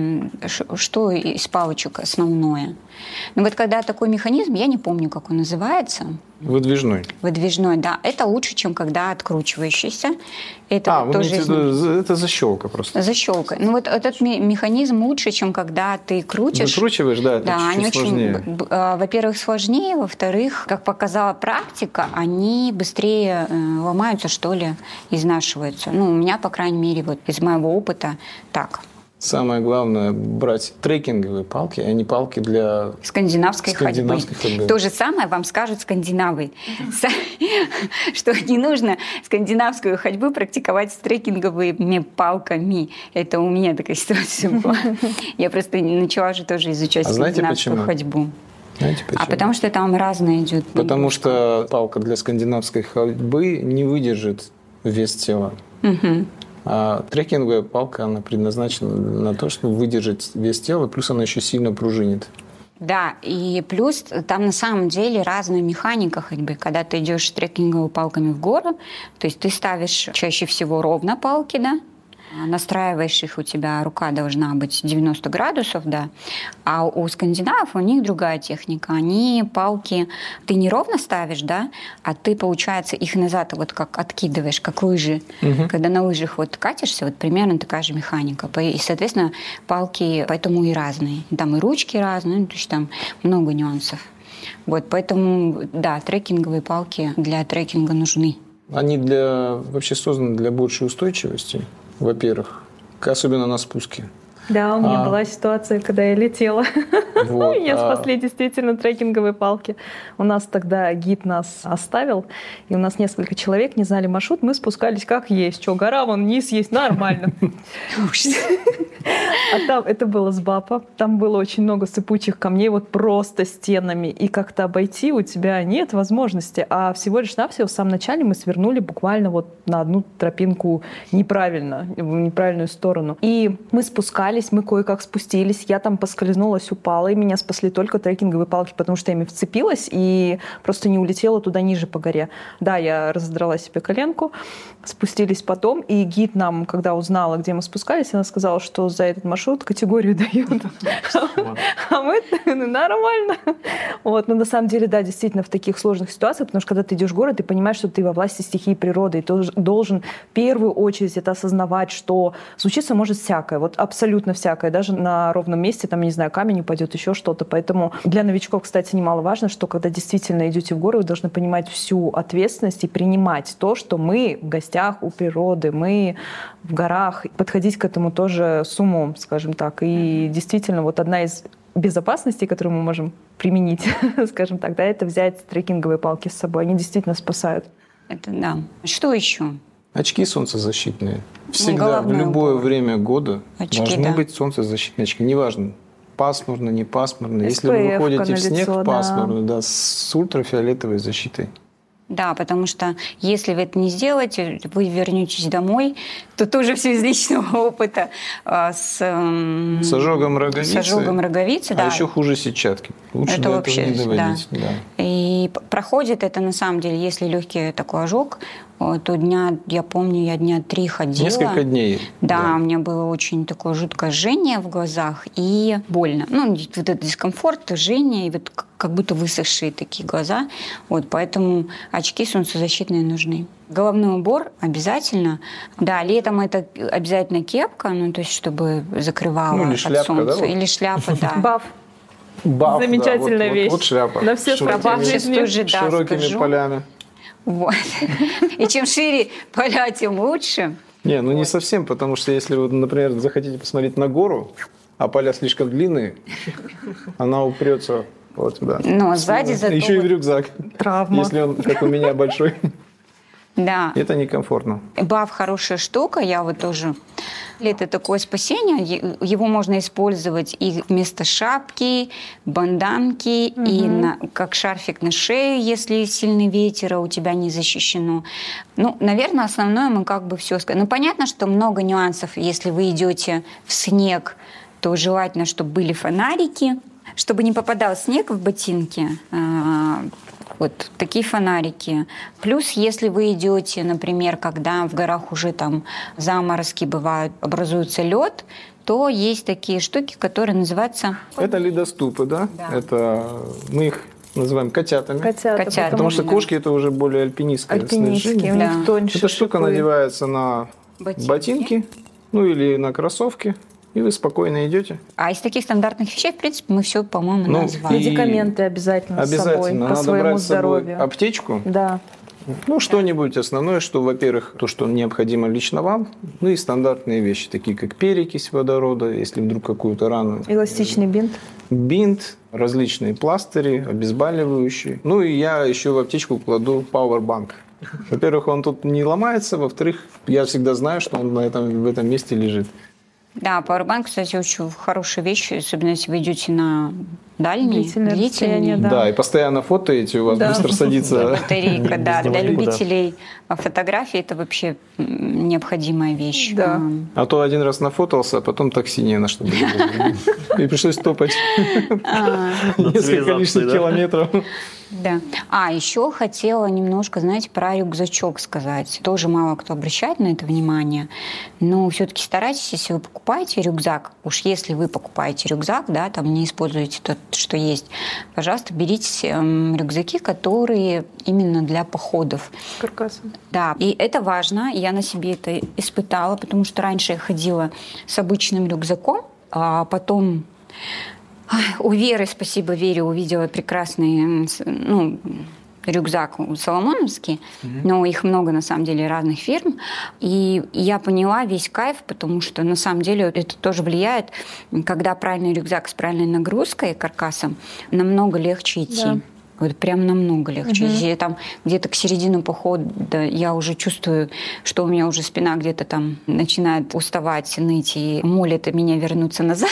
что из палочек основное? Ну, вот когда такой механизм, я не помню, как он называется. Выдвижной. Выдвижной, да. Это лучше, чем когда откручивающийся. Это а, вот тоже из... это защелка просто. Защелка. Ну, вот этот механизм лучше, чем когда ты крутишь. Выкручиваешь, да, это да, чуть-чуть они сложнее. Очень, во-первых, сложнее, во-вторых, как показала практика, они быстрее ломаются, что ли, изнашиваются. Ну, у меня, по крайней мере, вот из моего опыта так. Самое главное брать трекинговые палки, а не палки для скандинавской, скандинавской ходьбы. ходьбы. То же самое вам скажут скандинавы, что не нужно скандинавскую ходьбу практиковать с трекинговыми палками. Это у меня такая ситуация была. Я просто начала же тоже изучать скандинавскую ходьбу. Знаете почему? А потому что там разное идет. Потому что палка для скандинавской ходьбы не выдержит вес тела. Угу. А трекинговая палка, она предназначена на то, чтобы выдержать вес тела, плюс она еще сильно пружинит. Да, и плюс там на самом деле разная механика ходьбы. Когда ты идешь с трекинговыми палками в гору, то есть ты ставишь чаще всего ровно палки, да, настраиваешь их, у тебя рука должна быть девяносто градусов, да, а у скандинавов у них другая техника. Они палки, ты не ровно ставишь, да, а ты, получается, их назад вот как откидываешь, как лыжи. Угу. Когда на лыжах вот катишься, вот примерно такая же механика. И, соответственно, палки поэтому и разные. Там и ручки разные, то есть там много нюансов. Вот, поэтому, да, трекинговые палки для трекинга нужны. Они для, вообще созданы для большей устойчивости. Во-первых, особенно на спуске. Да, у меня а, была ситуация, когда я летела. Вот, Меня а... спасли действительно трекинговые палки. У нас тогда гид нас оставил, и у нас несколько человек не знали маршрут. Мы спускались как есть. Что, гора, вон вниз есть, нормально. А там, это было с Бапа, там было очень много сыпучих камней, вот просто стенами, и как-то обойти у тебя нет возможности. А всего лишь навсего в самом начале мы свернули буквально вот на одну тропинку неправильно, в неправильную сторону. И мы спускались, мы кое-как спустились, я там поскользнулась, упала, и меня спасли только трекинговые палки, потому что я ими вцепилась и просто не улетела туда ниже по горе. Да, я разодрала себе коленку, спустились потом, и гид нам, когда узнала, где мы спускались, она сказала, что за этот маршрут категорию дают. А мы нормально. Вот. Но на самом деле, да, действительно, в таких сложных ситуациях, потому что когда ты идешь в город, ты понимаешь, что ты во власти стихии природы, и ты должен в первую очередь это осознавать, что случиться может всякое, вот абсолютно всякое, даже на ровном месте, там, не знаю, камень упадет, еще что-то. Поэтому для новичков, кстати, немаловажно, что когда действительно идете в горы, вы должны понимать всю ответственность и принимать то, что мы в гостях у природы, мы в горах, подходить к этому тоже с умом, скажем так. И действительно, вот одна из безопасностей, которую мы можем применить, скажем так, да, это взять трекинговые палки с собой. Они действительно спасают. Это да. Что еще? Очки солнцезащитные. Всегда, ну, в любое убор. время года очки, должны да. быть солнцезащитные очки. Неважно, пасмурно, не пасмурно. Если вы выходите в снег лицо, пасмурно, да. Да, с ультрафиолетовой защитой. Да, потому что если вы это не сделаете, вы вернетесь домой, то тоже все из личного опыта с, с ожогом роговицы. С ожогом роговицы, а да. еще хуже сетчатки. Лучше это до вообще, этого не доводить. Да. Да. И проходит это на самом деле, если легкий такой ожог, то дня, я помню, я дня три ходила. Несколько дней. Да, да, у меня было очень такое жуткое жжение в глазах и больно. Ну, вот этот дискомфорт, жжение, и вот как будто высохшие такие глаза. Вот, поэтому очки солнцезащитные нужны. Головной убор обязательно. Да, летом это обязательно кепка, ну, то есть чтобы закрывала ну, или шляпка, от солнца. Да, или шляпа, да. Баф. Баф, замечательная да, вот, вещь. Вот, вот шляпа. На все справа жизни. Тоже, да, широкими скажу. полями. Вот. И чем шире поля, тем лучше. Не, ну не совсем, потому что если вы, например, захотите посмотреть на гору, а поля слишком длинные, она упрется вот сюда. Но сзади зато... Еще и в рюкзак. Травма. Если он, как у меня, большой. Да. Это некомфортно. Баф хорошая штука, я вот тоже... Это такое спасение, его можно использовать и вместо шапки, банданки, угу. и на, как шарфик на шею, если сильный ветер, а у тебя не защищено. Ну, наверное, основное мы как бы все сказали. Ну, понятно, что много нюансов. Если вы идете в снег, то желательно, чтобы были фонарики, чтобы не попадал снег в ботинки. Вот такие фонарики. Плюс, если вы идете, например, когда в горах уже там заморозки бывают, образуется лед, то есть такие штуки, которые называются... Это ледоступы, да? Да. Это мы их называем котятами. Котята. Котята. Потому что кошки это уже более альпинистское снаряжение. У них да. тоньше Эта штука шипы. надевается на ботинки. ботинки, ну или на кроссовки. И вы спокойно идете. А из таких стандартных вещей, в принципе, мы все, по-моему, ну, назвали. Медикаменты обязательно, обязательно. с собой, по Надо своему брать здоровью. С собой аптечку. Да. Ну, что-нибудь основное, что, во-первых, то, что необходимо лично вам, ну и стандартные вещи, такие как перекись водорода, если вдруг какую-то рану. Эластичный бинт. Бинт, различные пластыри, обезболивающие. Ну и я еще в аптечку кладу пауэрбанк. Во-первых, он тут не ломается, во-вторых, я всегда знаю, что он на этом, в этом месте лежит. Да, пауэрбанк, кстати, очень хорошая вещь, особенно если вы идете на дальние, длительные, длительные. Да. Да, и постоянно фотоете, у вас Да. быстро садится Батарейка, да. Без Для него никуда. любителей фотографии это вообще м, необходимая вещь. Да. Ам, А то один раз нафотался, а потом такси не на что было. И пришлось топать несколько цивилизации, лишних да? километров. Да. А, еще хотела немножко, знаете, про рюкзачок сказать. Тоже мало кто обращает на это внимание. Но все-таки старайтесь, если вы покупаете рюкзак, уж если вы покупаете рюкзак, да, там не используете тот, что есть, пожалуйста, берите эм, рюкзаки, которые именно для походов. Каркасом. Да, и это важно. Я на себе это испытала, потому что раньше я ходила с обычным рюкзаком, а потом ай, у Веры, спасибо Вере, увидела прекрасный ну, рюкзак соломоновский, mm-hmm. но их много, на самом деле, разных фирм. И я поняла весь кайф, потому что, на самом деле, это тоже влияет, когда правильный рюкзак с правильной нагрузкой, каркасом, намного легче идти. Да. Вот прям намного легче. Угу. Если я там где-то к середине похода я уже чувствую, что у меня уже спина где-то там начинает уставать, ныть и молит меня вернуться назад,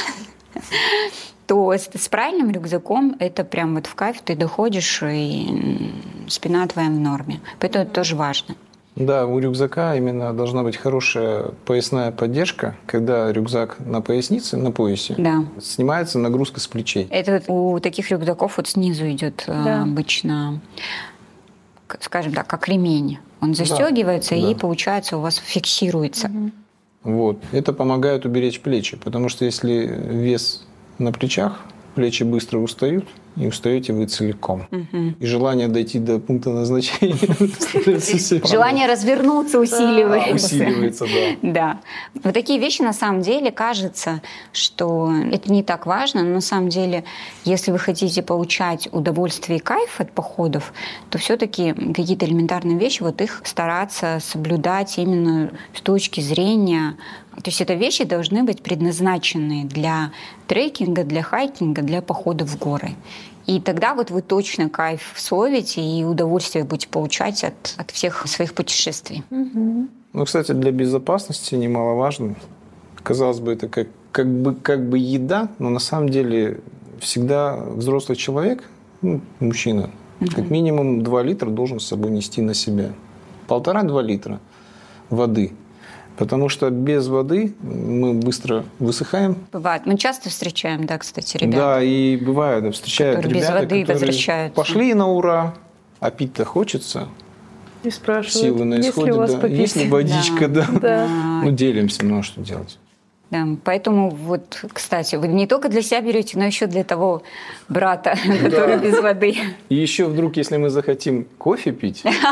то с, с правильным рюкзаком это прям вот в кайф, ты доходишь, и спина твоя в норме. Поэтому это тоже важно. Да, у рюкзака именно должна быть хорошая поясная поддержка, когда рюкзак на пояснице, на поясе, Да. снимается нагрузка с плечей. Это вот у таких рюкзаков вот снизу идет Да. обычно, скажем так, как ремень. Он застегивается, Да. и Да. получается у вас фиксируется. Угу. Вот. Это помогает уберечь плечи, потому что если вес на плечах, плечи быстро устают, и устаете вы целиком. Мгм. И желание дойти до пункта назначения становится все Желание развернуться А, усиливается. усиливается, да. Да. Вот такие вещи, на самом деле, кажется, что это не так важно, но на самом деле, если вы хотите получать удовольствие и кайф от походов, то все-таки какие-то элементарные вещи, вот их стараться соблюдать именно с точки зрения... То есть это вещи должны быть предназначены для трекинга, для хайкинга, для похода в горы. И тогда вот вы точно кайф словите и удовольствие будете получать от, от всех своих путешествий. Угу. Ну, кстати, для безопасности немаловажно. Казалось бы, это как, как, бы, как бы еда, но на самом деле всегда взрослый человек, ну, мужчина, угу. как минимум два литра должен с собой нести на себя. Полтора-два литра воды. Потому что без воды мы быстро высыхаем. Бывает. Мы часто встречаем, да, кстати, ребят. Да, и бывает, да, встречают которые ребята, без воды которые возвращаются. пошли на ура, а пить-то хочется. И спрашивают, Силы на есть ли исходе, у вас да. попить? Есть ли водичка, да. Да. Ну, делимся, ну а что делать? Да, поэтому вот, кстати, вы не только для себя берете, но еще для того брата, который без воды. И еще вдруг, если мы захотим кофе пить, то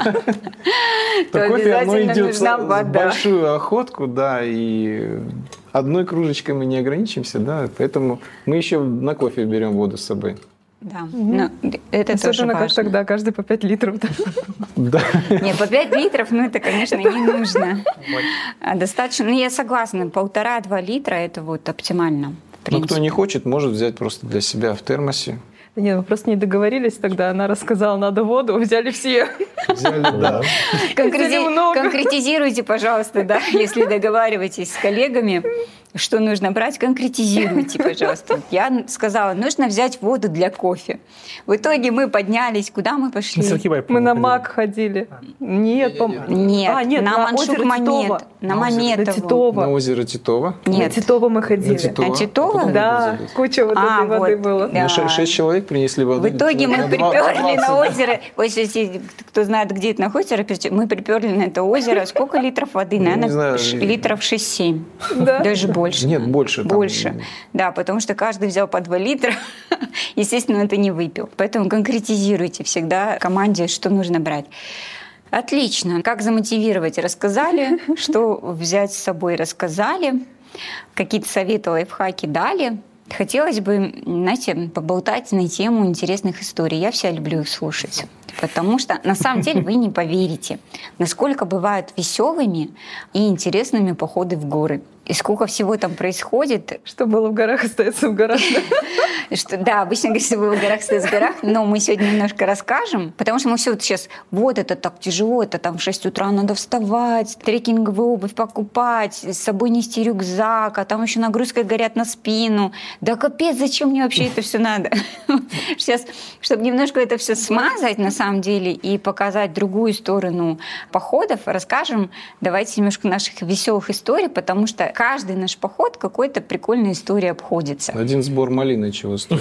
кофе оно обязательно идет нужна в вода. большую охотку, да, и одной кружечкой мы не ограничимся, да, поэтому мы еще на кофе берем воду с собой. Да, но это тоже Особенно как важно. тогда, каждый по пять литров. Да. Нет, по пять литров, ну это, конечно, не нужно. А достаточно, ну я согласна, полтора-два литра это вот оптимально. в Ну, кто принципе. не хочет, может взять просто для себя в термосе. Да нет, мы просто не договорились тогда. Она рассказала, надо воду, взяли все. Взяли, да. Конкрети- Взяли много. Конкретизируйте, пожалуйста, да, если договариваетесь с коллегами, что нужно брать, конкретизируйте, пожалуйста. Я сказала, нужно взять воду для кофе. В итоге мы поднялись, куда мы пошли? Мы на МАК ходили. Нет, по-моему. Нет, А, нет, на на озеро Маншук-Монет, Титова. на На Маметово. Титова. На озеро Титова. На Нет, Титова мы ходили. На Титова. На Титова? Потом Да, мы взяли. куча вот А, этой воды вот. было. Да. Ну, ше- шесть человек принесли воды. В итоге мы На два- приперли на двадцать. озеро. Вот если кто знает, где это находится, мы приперли на это озеро. Сколько литров воды? Не Наверное, знаю. ш- литров шесть-семь. Да. Даже больше. Нет, больше. там. Больше. Да, потому что каждый взял по два литра. Естественно, это не выпил. Поэтому конкретизируйте всегда команде, что нужно брать. Отлично. Как замотивировать? Рассказали. Что взять с собой? Рассказали. Какие-то советы, лайфхаки дали. Хотелось бы, знаете, поболтать на тему интересных историй. Я вся люблю их слушать. Потому что на самом деле вы не поверите, насколько бывают веселыми и интересными походы в горы. И сколько всего там происходит. Что было в горах, остается в горах. Что, да, обычно говорят, что было в горах, остается в горах, но мы сегодня немножко расскажем, потому что мы все вот сейчас, вот это так тяжело, это там в шесть утра надо вставать, трекинговую обувь покупать, с собой нести рюкзак, а там еще нагрузкой горят на спину. Да капец, зачем мне вообще это все надо? Сейчас, чтобы немножко это все смазать на самом деле и показать другую сторону походов, расскажем, давайте немножко наших веселых историй, потому что каждый наш поход какой-то прикольной историей обходится. Один сбор малины чего стоит.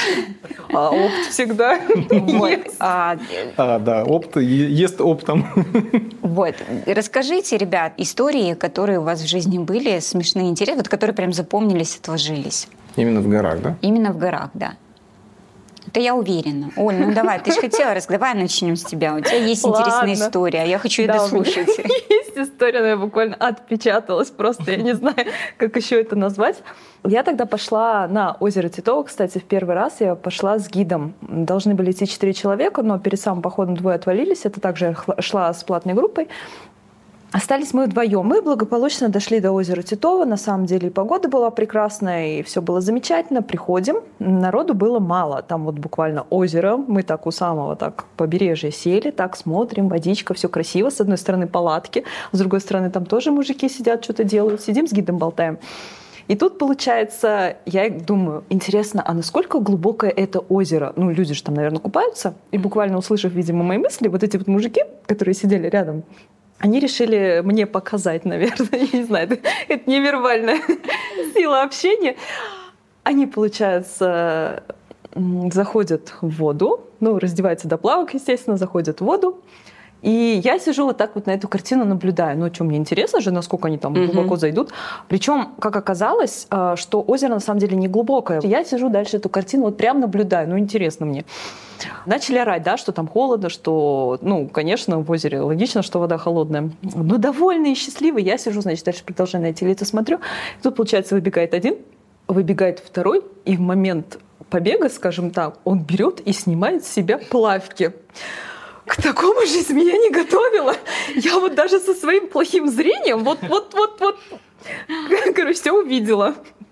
А опт всегда ест. А, да, опт ест оптом. Вот. Расскажите, ребят, истории, которые у вас в жизни были, смешные, интересные, вот которые прям запомнились, отложились. Именно в горах, да? Именно в горах, да. Это я уверена. Оль, ну давай, ты же хотела рассказать. Давай начнем с тебя. У тебя есть Ладно. интересная история. Я хочу ее Да, дослушать. Есть история, но я буквально отпечаталась. Просто я не знаю, как еще это назвать. Я тогда пошла на озеро Титово, кстати, в первый раз я пошла с гидом. Должны были идти четыре человека, но перед самым походом двое отвалились. Это также я шла с платной группой. Остались мы вдвоем. Мы благополучно дошли до озера Титово. На самом деле и погода была прекрасная, и все было замечательно. Приходим. Народу было мало. Там вот буквально озеро. Мы так у самого так побережья сели, так смотрим, водичка, все красиво. С одной стороны палатки, с другой стороны там тоже мужики сидят, что-то делают. Сидим с гидом, болтаем. И тут, получается, я думаю, интересно, а насколько глубокое это озеро? Ну, люди же там, наверное, купаются. И буквально услышав, видимо, мои мысли, вот эти вот мужики, которые сидели рядом, они решили мне показать, наверное, я не знаю, это, это невербальная сила общения. Они, получается, заходят в воду, ну, раздеваются до плавок, естественно, заходят в воду. И я сижу вот так вот на эту картину наблюдаю. Ну, что, мне интересно же, насколько они там mm-hmm. глубоко зайдут. Причем, как оказалось, что озеро на самом деле не глубокое. Я сижу дальше эту картину, вот прям наблюдаю. Ну, интересно мне. Начали орать, да, что там холодно, что, ну, конечно, в озере логично, что вода холодная. Но довольный и счастливый я сижу, значит, дальше продолжаю на эти лица смотрю. И тут, получается, выбегает один, выбегает второй, и в момент побега, скажем так, он берет и снимает с себя плавки. К такому жизнь меня не готовила. Я вот даже со своим плохим зрением вот-вот-вот-вот, короче, все увидела.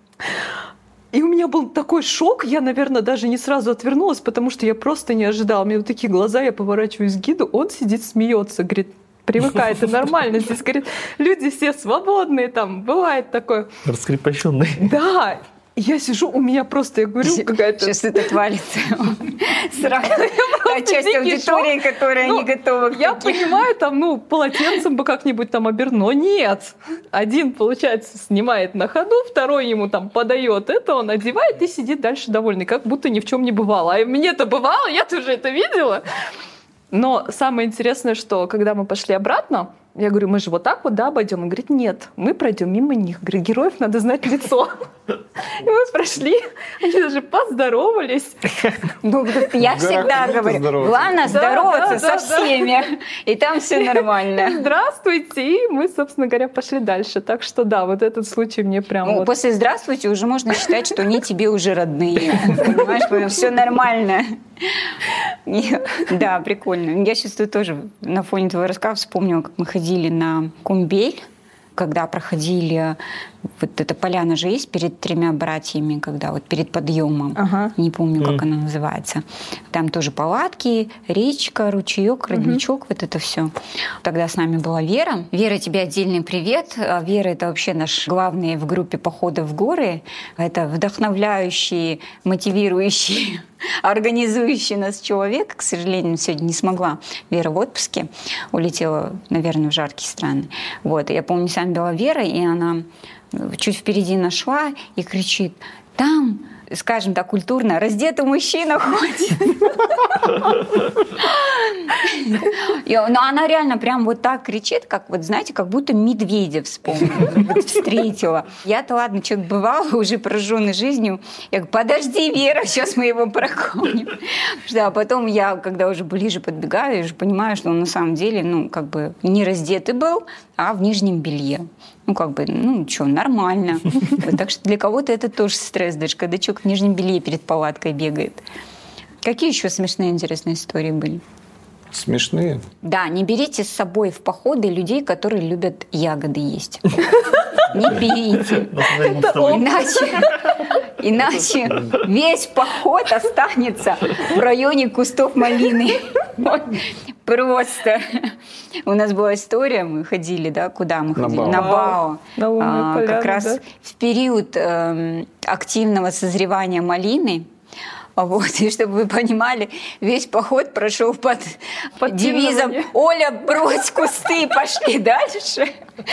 И у меня был такой шок, я, наверное, даже не сразу отвернулась, потому что я просто не ожидала. У меня вот такие глаза, я поворачиваюсь к гиду, он сидит, смеется, говорит, привыкай, это нормально. Здесь, говорит, люди все свободные, там, бывает такое. Раскрепощенные. Да. Я сижу, у меня просто, я говорю, какая-то... Сейчас это отвалится. Сразу та часть аудитории, которая не готова. Я понимаю, там, ну, полотенцем бы как-нибудь там обернуть. Но нет. Один, получается, снимает на ходу, второй ему там подает это, он одевает и сидит дальше довольный, как будто ни в чем не бывало. А мне-то бывало, я тоже это видела. Но самое интересное, что когда мы пошли обратно, я говорю, мы же вот так вот, да, обойдем? Он говорит, нет, мы пройдем мимо них. Говорит, героев надо знать лицо. И мы прошли, они даже поздоровались. Ну, я всегда говорю, главное здороваться со всеми, и там все нормально. Здравствуйте, и мы, собственно говоря, пошли дальше. Так что да, вот этот случай мне прям... После здравствуйте уже можно считать, что они тебе уже родные. Понимаешь, все нормально. Да, прикольно. Я сейчас тоже на фоне твоего рассказа вспомнила, как мы ходили на Кумбель, когда проходили, вот эта поляна же есть перед тремя братьями, когда вот перед подъемом, ага. не помню, как mm. она называется. Там тоже палатки, речка, ручеек, родничок, mm-hmm. вот это все. Тогда с нами была Вера. Вера, тебе отдельный привет. Вера — это вообще наш главный в группе похода в горы. Это вдохновляющий, мотивирующий, организующий нас человек. К сожалению, сегодня не смогла. Вера в отпуске. Улетела, наверное, в жаркие страны. Вот. Я помню, сам была Вера, и она чуть впереди нашла и кричит, там, скажем так, культурно, раздетый мужчина ходит. Но она реально прям вот так кричит, как вот, знаете, как будто медведя вспомнила, встретила. Я-то, ладно, что-то бывало, уже пораженной жизнью. Я говорю, подожди, Вера, сейчас мы его прогоним. А потом я, когда уже ближе подбегаю, я уже понимаю, что он на самом деле, ну, как бы не раздетый был, а в нижнем белье. Ну, как бы, ну, что, нормально. Так что для кого-то это тоже стресс, даже когда человек в нижнем белье перед палаткой бегает. Какие еще смешные, интересные истории были? Смешные. Да, не берите с собой в походы людей, которые любят ягоды есть. Не берите. Иначе, иначе весь поход останется в районе кустов малины. Просто. У нас была история, мы ходили, да, куда мы ходили? На Бао. На Лунную поляну, как раз да? в период э, активного созревания малины. Вот, и чтобы вы понимали, весь поход прошел под, под девизом «Оля, брось кусты, пошли дальше».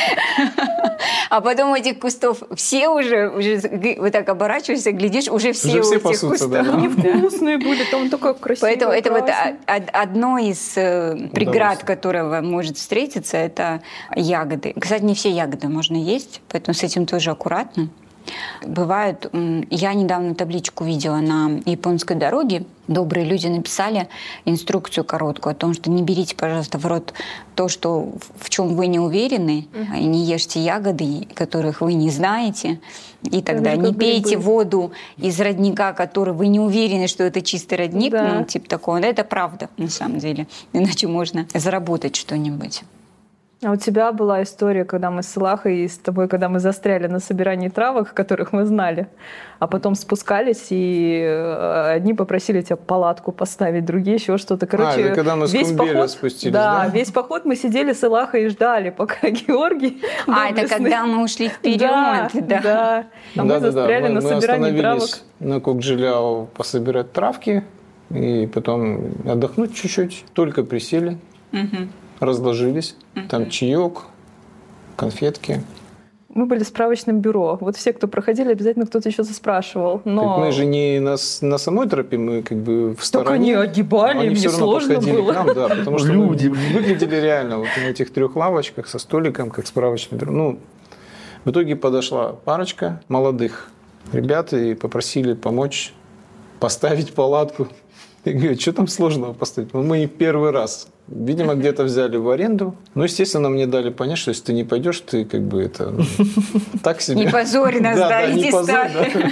А потом этих кустов все уже, уже вот так оборачиваешься, глядишь, уже все, уже все у этих пасутся, кустов. Да. Они вкусные были, там такое красивое. Поэтому это вот красное. одно из преград, которого может встретиться, это ягоды. Кстати, не все ягоды можно есть, поэтому с этим тоже аккуратно. Бывают, я недавно табличку видела на японской дороге, добрые люди написали инструкцию короткую о том, что не берите, пожалуйста, в рот то, что, в чем вы не уверены, uh-huh. и не ешьте ягоды, которых вы не знаете, и так далее. Не пейте воду из родника, который вы не уверены, что это чистый родник, да. ну, типа такого. Это правда, на самом деле. Иначе можно заработать что-нибудь. А у тебя была история, когда мы с Илахой и с тобой, когда мы застряли на собирании травок, которых мы знали, а потом спускались, и одни попросили тебя палатку поставить, другие еще что-то. Короче, а, это когда мы с Кумбеля спустились, да? Да, весь поход мы сидели с Илахой и ждали, пока Георгий... А, это когда мы ушли вперед, да. Да, да. А да, мы да, застряли да. на мы, собирании мы травок. на Кокджиляо пособирать травки, и потом отдохнуть чуть-чуть, только присели. Угу. Разложились, uh-huh. там чаек, конфетки. Мы были в справочном бюро. Вот все, кто проходили, обязательно кто-то еще заспрашивал. Но... Так мы же не на, на самой тропе, мы как бы в стороне. Так они огибали, они мне все равно сложно подходили было. к нам, да, потому что люди выглядели реально вот на этих трех лавочках со столиком, как справочное бюро. Ну, в итоге подошла парочка молодых ребят и попросили помочь поставить палатку. Я говорю, что там сложного поставить? Ну, мы первый раз. Видимо, где-то взяли в аренду. Ну, естественно, мне дали понять, что если ты не пойдешь, ты как бы это... Ну, так себе. Не позорь нас, да, иди ставь.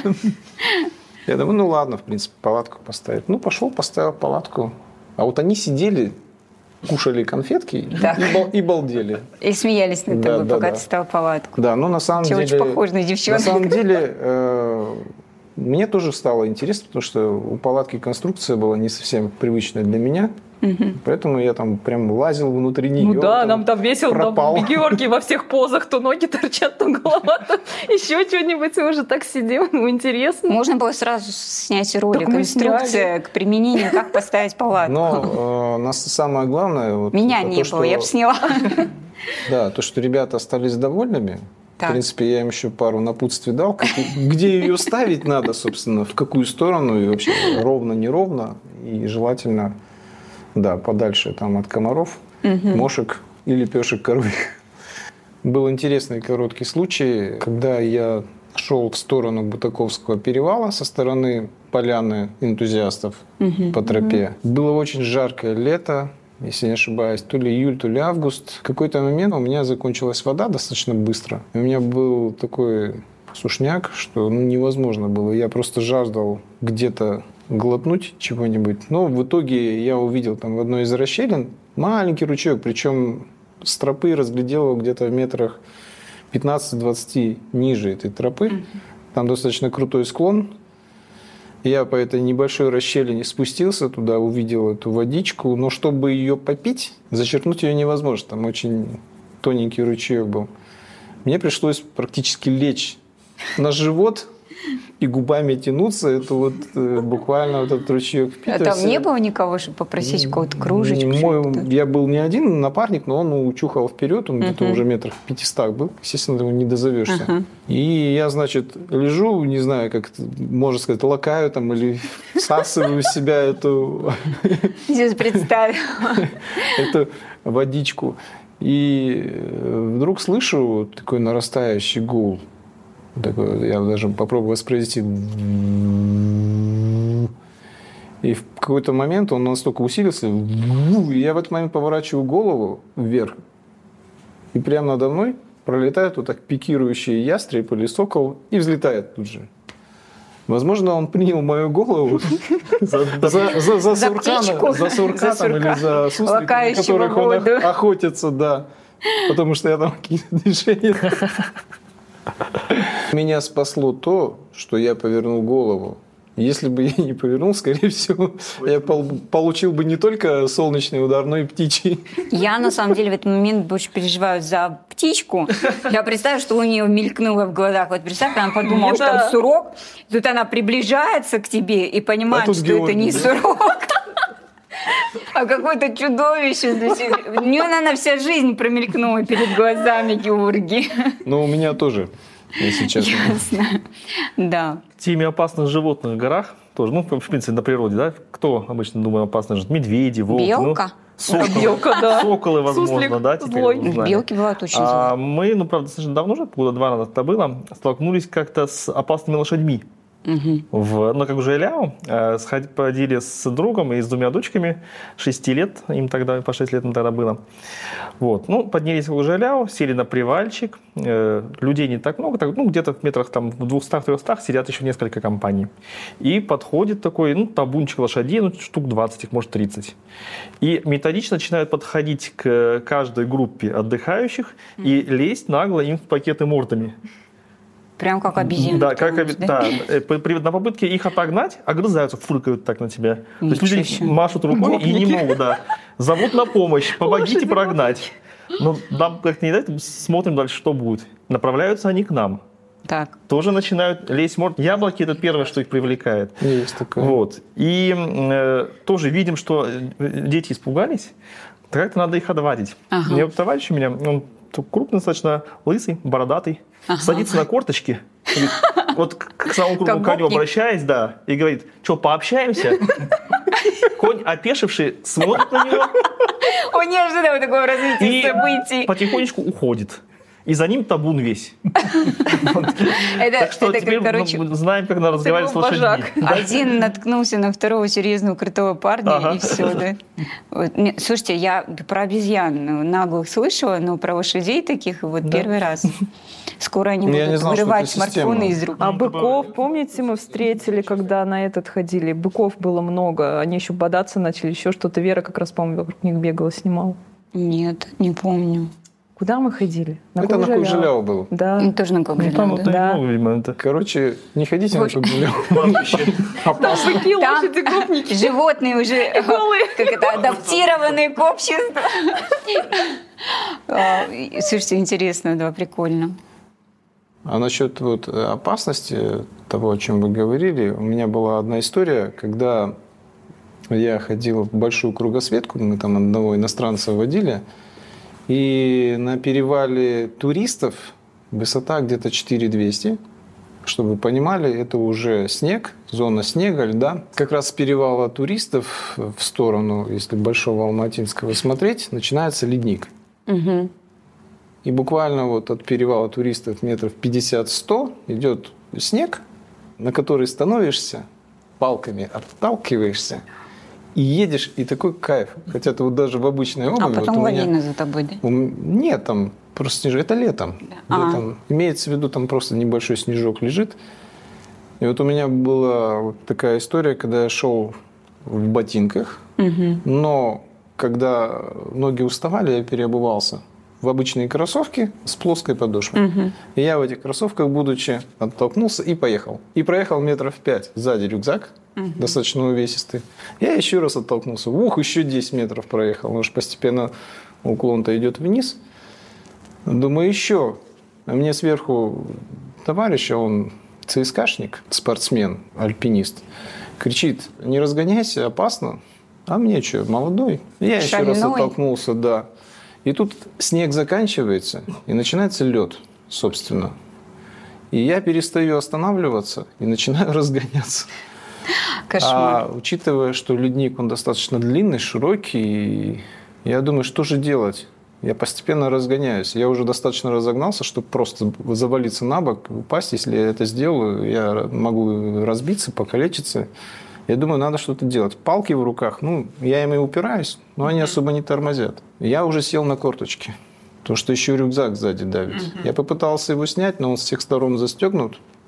Я думаю, ну ладно, в принципе, палатку поставить. Ну, пошел, поставил палатку. А вот они сидели, кушали конфетки и, бал, и балдели. И смеялись над тобой, да, пока да. ты ставил палатку. Да, ну на самом Ты деле... очень похож на девчонку. На самом деле... Э, Мне тоже стало интересно, потому что у палатки конструкция была не совсем привычная для меня. Угу. Поэтому я там прям лазил внутри нее. Ну да, там нам там весело. пропал. Там Георгий во всех позах. То ноги торчат, то голова, то еще что-нибудь. Мы уже так сидим, ну интересно. Можно было сразу снять ролик, инструкция к применению, как поставить палатку. Но э, нас самое главное... Вот, Меня не то, было, что, я бы сняла. Да, то, что ребята остались довольными. Так. В принципе, я им еще пару напутствий дал, как, где ее ставить надо, собственно, в какую сторону, и вообще ровно, неровно, и желательно, да, подальше там от комаров, угу. мошек и лепешек коровьих. Был интересный короткий случай, когда я шел в сторону Бутаковского перевала со стороны поляны энтузиастов угу. по тропе. Угу. Было очень жаркое лето. Если не ошибаюсь, то ли июль, то ли август. В какой-то момент у меня закончилась вода достаточно быстро. У меня был такой сушняк, что ну, невозможно было. Я просто жаждал где-то глотнуть чего-нибудь. Но в итоге я увидел там в одной из расщелин маленький ручеек, причем с тропы разглядел его где-то в метрах пятнадцать-двадцать ниже этой тропы. Там достаточно крутой склон. Я по этой небольшой расщелине спустился туда, увидел эту водичку, но чтобы ее попить, зачерпнуть ее невозможно, там очень тоненький ручеек был. Мне пришлось практически лечь на живот и губами тянуться, это вот э, буквально вот этот ручеек впитывается. А там не было никого, чтобы попросить какую-то кружечку? Мой, я был не один напарник, но он учухал вперед, он uh-huh. где-то уже метрах в пятистах был, естественно, его не дозовешься. Uh-huh. И я, значит, лежу, не знаю, как это, можно сказать, лакаю там или всасываю в себя эту... Сейчас представил. Эту водичку. И вдруг слышу такой нарастающий гул. Такой, я даже попробую воспроизвести. И в какой-то момент он настолько усилился, и я в этот момент поворачиваю голову вверх, и прямо надо мной пролетает вот так пикирующий ястреб или сокол и взлетает тут же. Возможно, он принял мою голову за, за, за, за, за суркана, за сурканом или за сусликами, на которых он охотится, да. Потому что я там какие-то движения. Меня спасло то, что я повернул голову. Если бы я не повернул, скорее всего, я получил бы не только солнечный удар, но и птичий. Я, на самом деле, в этот момент больше переживаю за птичку. Я представляю, что у нее мелькнуло в глазах. Вот представь, она подумала, что там сурок. Тут она приближается к тебе и понимает, а что Георгий, это не да? сурок, а какое-то чудовище. У нее, наверное, вся жизнь промелькнула перед глазами Георгия. Ну, у меня тоже. Если честно. Ясно. Да. В теме опасных животных в горах тоже, ну, в принципе, на природе, да? Кто обычно думает опасные животные? Медведи, волки. Белка. Ну, соколы, Белка, да. Соколы, возможно, Суслик да, теперь злой. узнаем. Белки бывают очень а злые. Мы, ну, правда, достаточно давно уже, года два назад это было, столкнулись как-то с опасными лошадьми. Угу. В, ну, как уже Иляу, э, сходили с другом и с двумя дочками, шести лет, им тогда, по шесть лет им тогда было. Вот. Ну, поднялись в Иляу, сели на привальчик, э, людей не так много, так, ну, где-то в метрах там в двухстах-трехстах сидят еще несколько компаний. И подходит такой, ну, табунчик лошадей, ну, штук двадцать, их, может, тридцать. И методично начинают подходить к каждой группе отдыхающих mm. и лезть нагло им в пакеты мордами. Прям как обезьяны. Да, как оби... да? да. На попытке их отогнать, огрызаются, фыркают так на тебя. Ничего То есть люди себе. Машут рукой Гопники. И не могут, да. Зовут на помощь, помогите прогнать. Но нам как-то не дать, смотрим дальше, что будет. Направляются они к нам. Так. Тоже начинают лезть в морду. Яблоки – это первое, что их привлекает. Есть такое. Вот. И э, тоже видим, что дети испугались. Как-то надо их отвадить. Ага. И вот товарищ у меня, он крупный достаточно, лысый, бородатый, ага. садится на корточки, говорит, вот к самому крупному коню обращаясь, да, и говорит, что, пообщаемся? Конь, опешивший, смотрит на него. Он не ожидал такого развития событий. И потихонечку уходит. И за ним табун весь. Это, так что это, теперь короче, мы знаем, как надо разговаривать с лошадьми. Один наткнулся на второго серьезного крутого парня, ага. и все, да. Вот. Слушайте, я про обезьян наглых слышала, но про лошадей таких вот да. первый раз. Скоро они будут не знал, вырывать смартфоны из рук. А быков, помните, мы встретили, когда на этот ходили? Быков было много, они еще бодаться начали, еще что-то. Вера как раз, по-моему, вокруг них бегала, снимала. Нет, не помню. Куда мы ходили? На это на Кокжеляу было. Да. И тоже на Кокжеляу, да? да? Ну, видимо, это... Короче, не ходите на Кокжеляу. Там быки, лошади, гопники. Животные уже, как это, адаптированные к обществу. Слушайте, интересно, да, прикольно. А насчет вот опасности того, о чем вы говорили, у меня была одна история, когда я ходил в большую кругосветку, мы там одного иностранца водили, и на перевале туристов высота где-то четыре тысячи двести. Чтобы вы понимали, это уже снег, зона снега, льда. Как раз с перевала туристов в сторону, если Большого Алматинского смотреть, начинается ледник. Угу. И буквально вот от перевала туристов метров пятьдесят-сто идет снег, на который становишься, палками отталкиваешься, и едешь, и такой кайф. Хотя ты вот даже в обычной обуви... А потом вот лавина меня, за тобой, да? Нет, там просто снежок. Это летом. Да. летом. Имеется в виду, там просто небольшой снежок лежит. И вот у меня была вот такая история, когда я шел в ботинках, угу. но когда ноги уставали, я переобувался в обычные кроссовки с плоской подошвой. Угу. И я в этих кроссовках, будучи, оттолкнулся и поехал. И проехал метров пять. Сзади рюкзак, угу. достаточно увесистый. Я еще раз оттолкнулся. Ух, еще десять метров проехал. Потому что постепенно уклон-то идет вниз. Думаю, еще. А мне сверху товарищ, он ЦСКшник, спортсмен, альпинист, кричит, не разгоняйся, опасно. А мне что, молодой? Я Шальной. еще раз оттолкнулся, да. И тут снег заканчивается, и начинается лед, собственно. И я перестаю останавливаться и начинаю разгоняться. Кошмар. А учитывая, что ледник, он достаточно длинный, широкий, я думаю, что же делать? Я постепенно разгоняюсь. Я уже достаточно разогнался, чтобы просто завалиться на бок, упасть. Если я это сделаю, я могу разбиться, покалечиться. Я думаю, надо что-то делать. Палки в руках, ну, я ими упираюсь, но они особо не тормозят. Я уже сел на корточки, потому что еще рюкзак сзади давит. Uh-huh. Я попытался его снять, но он с всех сторон застегнут.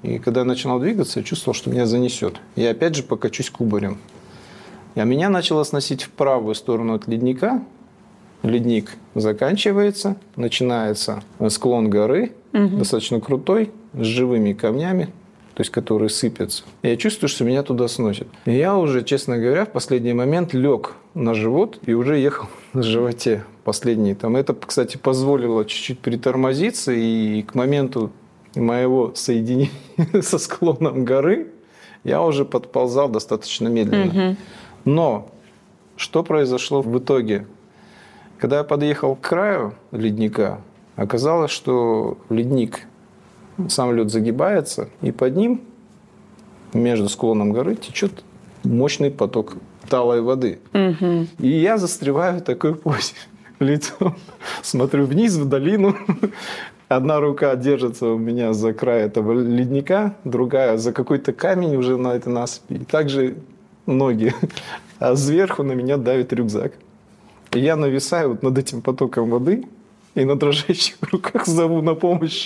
И когда я начинал двигаться, я чувствовал, что меня занесет. Я опять же покачусь кубарем. А меня начало сносить в правую сторону от ледника. Ледник заканчивается, начинается склон горы, угу. достаточно крутой, с живыми камнями, то есть которые сыпятся. И я чувствую, что меня туда сносит. И я уже, честно говоря, в последний момент лег на живот и уже ехал на животе последний. Там это, кстати, позволило чуть-чуть притормозиться, и к моменту моего соединения со склоном горы я уже подползал достаточно медленно. Угу. Но что произошло в итоге? Когда я подъехал к краю ледника, оказалось, что ледник, сам лед загибается, и под ним, между склоном горы, течет мощный поток талой воды. Угу. И я застреваю в такой позе. Лицом смотрю вниз, в долину. Одна рука держится у меня за край этого ледника, другая за какой-то камень уже на этой насыпи. И также ноги. А сверху на меня давит рюкзак. И я нависаю вот над этим потоком воды и на дрожащих руках зову на помощь.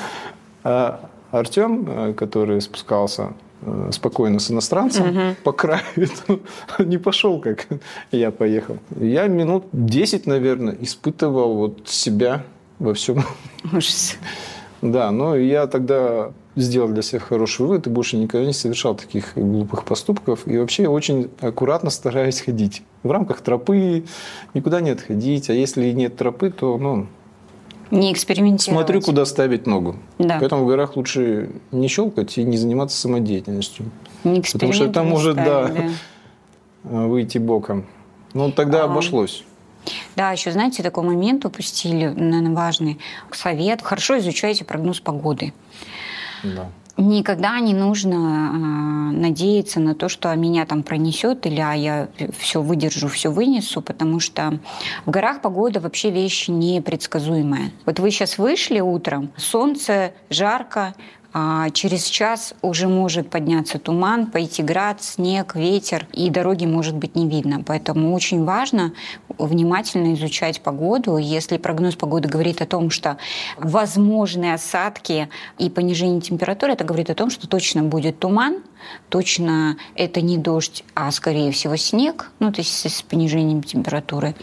А Артем, который спускался спокойно с иностранцем, угу. по краю, не пошел, как я поехал. Я минут десять, наверное, испытывал вот себя во всем. Ужас. Да, но я тогда сделал для себя хороший вывод и больше никогда не совершал таких глупых поступков. И вообще очень аккуратно стараюсь ходить. В рамках тропы никуда не отходить. А если нет тропы, то ну, не экспериментировать. Смотрю, куда ставить ногу. Да. Поэтому в горах лучше не щелкать и не заниматься самодеятельностью. Не Потому что это может ставить, да, да. выйти боком. Ну, тогда а, обошлось. Да, еще, знаете, такой момент упустили, наверное, важный совет. Хорошо изучайте прогноз погоды. Да. Никогда не нужно э, надеяться на то, что меня там пронесет, или а я все выдержу, все вынесу, потому что в горах погода вообще вещь непредсказуемая. Вот вы сейчас вышли утром, солнце, жарко, а через час уже может подняться туман, пойти град, снег, ветер, и дороги может быть не видно. Поэтому очень важно внимательно изучать погоду. Если прогноз погоды говорит о том, что возможны осадки и понижение температуры, это говорит о том, что точно будет туман, точно это не дождь, а скорее всего снег, ну то есть с понижением температуры.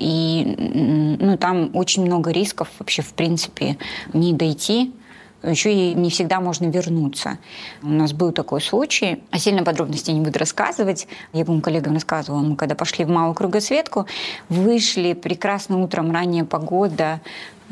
И ну, там очень много рисков вообще в принципе не дойти. Еще и не всегда можно вернуться. У нас был такой случай. О сильной подробности не буду рассказывать. Я, по-моему, коллегам рассказывала. Мы когда пошли в малую кругосветку, вышли, прекрасно утром, ранняя погода,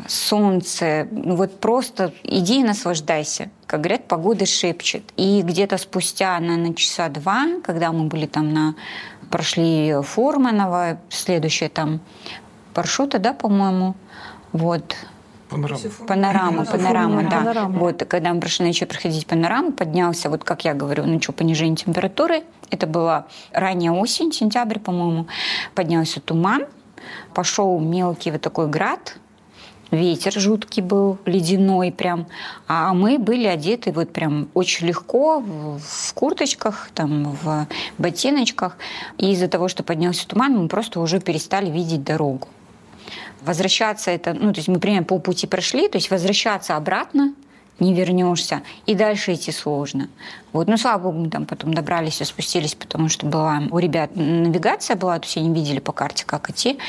солнце. Ну вот просто иди и наслаждайся. Как говорят, погода шепчет. И где-то спустя, наверное, часа два, когда мы были там на... Прошли Фурманова, следующее там Паршута, да, по-моему, вот... Панорама. Панорама, панорама, да. Панорама. Вот, когда мы прошли, начали проходить панораму, поднялся, вот как я говорю, начал понижение температуры. Это была ранняя осень, сентябрь, по-моему. Поднялся туман, пошел мелкий вот такой град, ветер жуткий был, ледяной прям. А мы были одеты вот прям очень легко, в курточках, там, в ботиночках. И из-за того, что поднялся туман, мы просто уже перестали видеть дорогу. Возвращаться это, ну, то есть мы примерно полпути прошли, то есть возвращаться обратно не вернешься, и дальше идти сложно. Вот, ну, слава богу, мы там потом добрались и спустились, потому что была у ребят навигация была, то есть они видели по карте, как идти.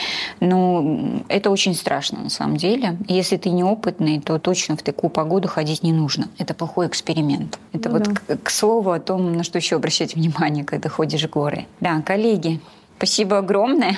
Но это очень страшно на самом деле. Если ты неопытный, то точно в такую погоду ходить не нужно. Это плохой эксперимент. Это ну, вот да. к, к слову о том, на что еще обращать внимание, когда ходишь в горы. Да, коллеги, спасибо огромное.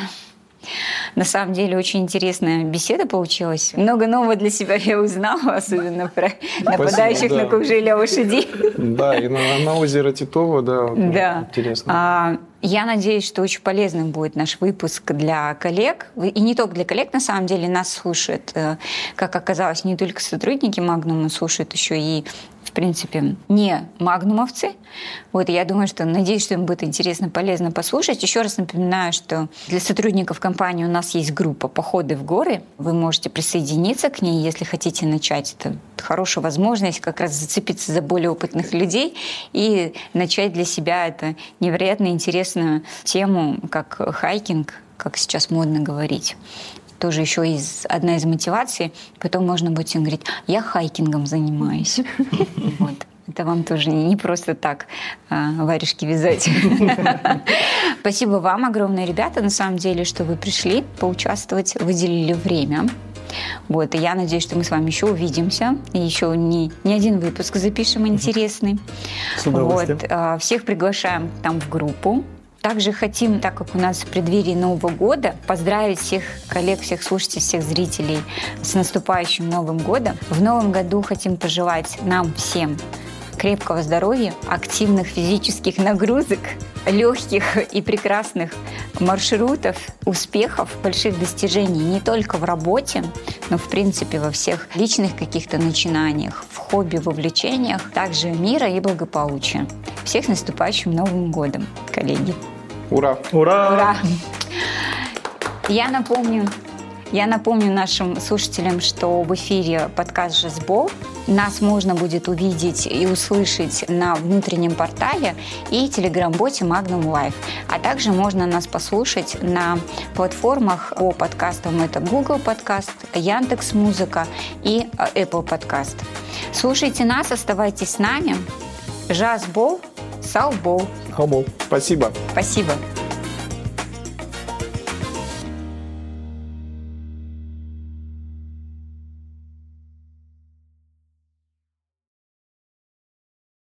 На самом деле очень интересная беседа получилась. Много нового для себя я узнала, особенно про нападающих на кужеля лошадей. Да, и на, на озеро Титово, да, да. интересно. А, я надеюсь, что очень полезным будет наш выпуск для коллег. И не только для коллег, на самом деле, нас слушают, как оказалось, не только сотрудники Магнума, слушают еще и в принципе, не магнумовцы. Вот, я думаю, что, надеюсь, что им будет интересно, полезно послушать. Еще раз напоминаю, что для сотрудников компании у нас есть группа «Походы в горы». Вы можете присоединиться к ней, если хотите начать. Это хорошая возможность как раз зацепиться за более опытных людей и начать для себя эту невероятно интересную тему, как хайкинг, как сейчас модно говорить. Тоже еще из, одна из мотиваций. Потом можно будет им говорить, я хайкингом занимаюсь. Вот. Это вам тоже не просто так а, варежки вязать. Спасибо вам огромное, ребята, на самом деле, что вы пришли поучаствовать, выделили время. Вот, и я надеюсь, что мы с вами еще увидимся, и еще не, не один выпуск запишем интересный. С удовольствием. Вот, а, всех приглашаем там в группу. Также хотим, так как у нас в преддверии Нового года, поздравить всех коллег, всех слушателей, всех зрителей с наступающим Новым годом. В Новом году хотим пожелать нам всем крепкого здоровья, активных физических нагрузок, легких и прекрасных маршрутов, успехов, больших достижений не только в работе, но в принципе во всех личных каких-то начинаниях, в хобби, в увлечениях, также мира и благополучия. Всех с наступающим Новым годом, коллеги! Ура! Ура! Ура! Я напомню, я напомню нашим слушателям, что в эфире подкаст «Жазбол». Нас можно будет увидеть и услышать на внутреннем портале и телеграм-боте Magnum Life. А также можно нас послушать на платформах по подкастам. Это Google Подкаст, Яндекс.Музыка и Apple Подкаст. Слушайте нас, оставайтесь с нами. «Жазбол», «Салбол». Спасибо. Спасибо.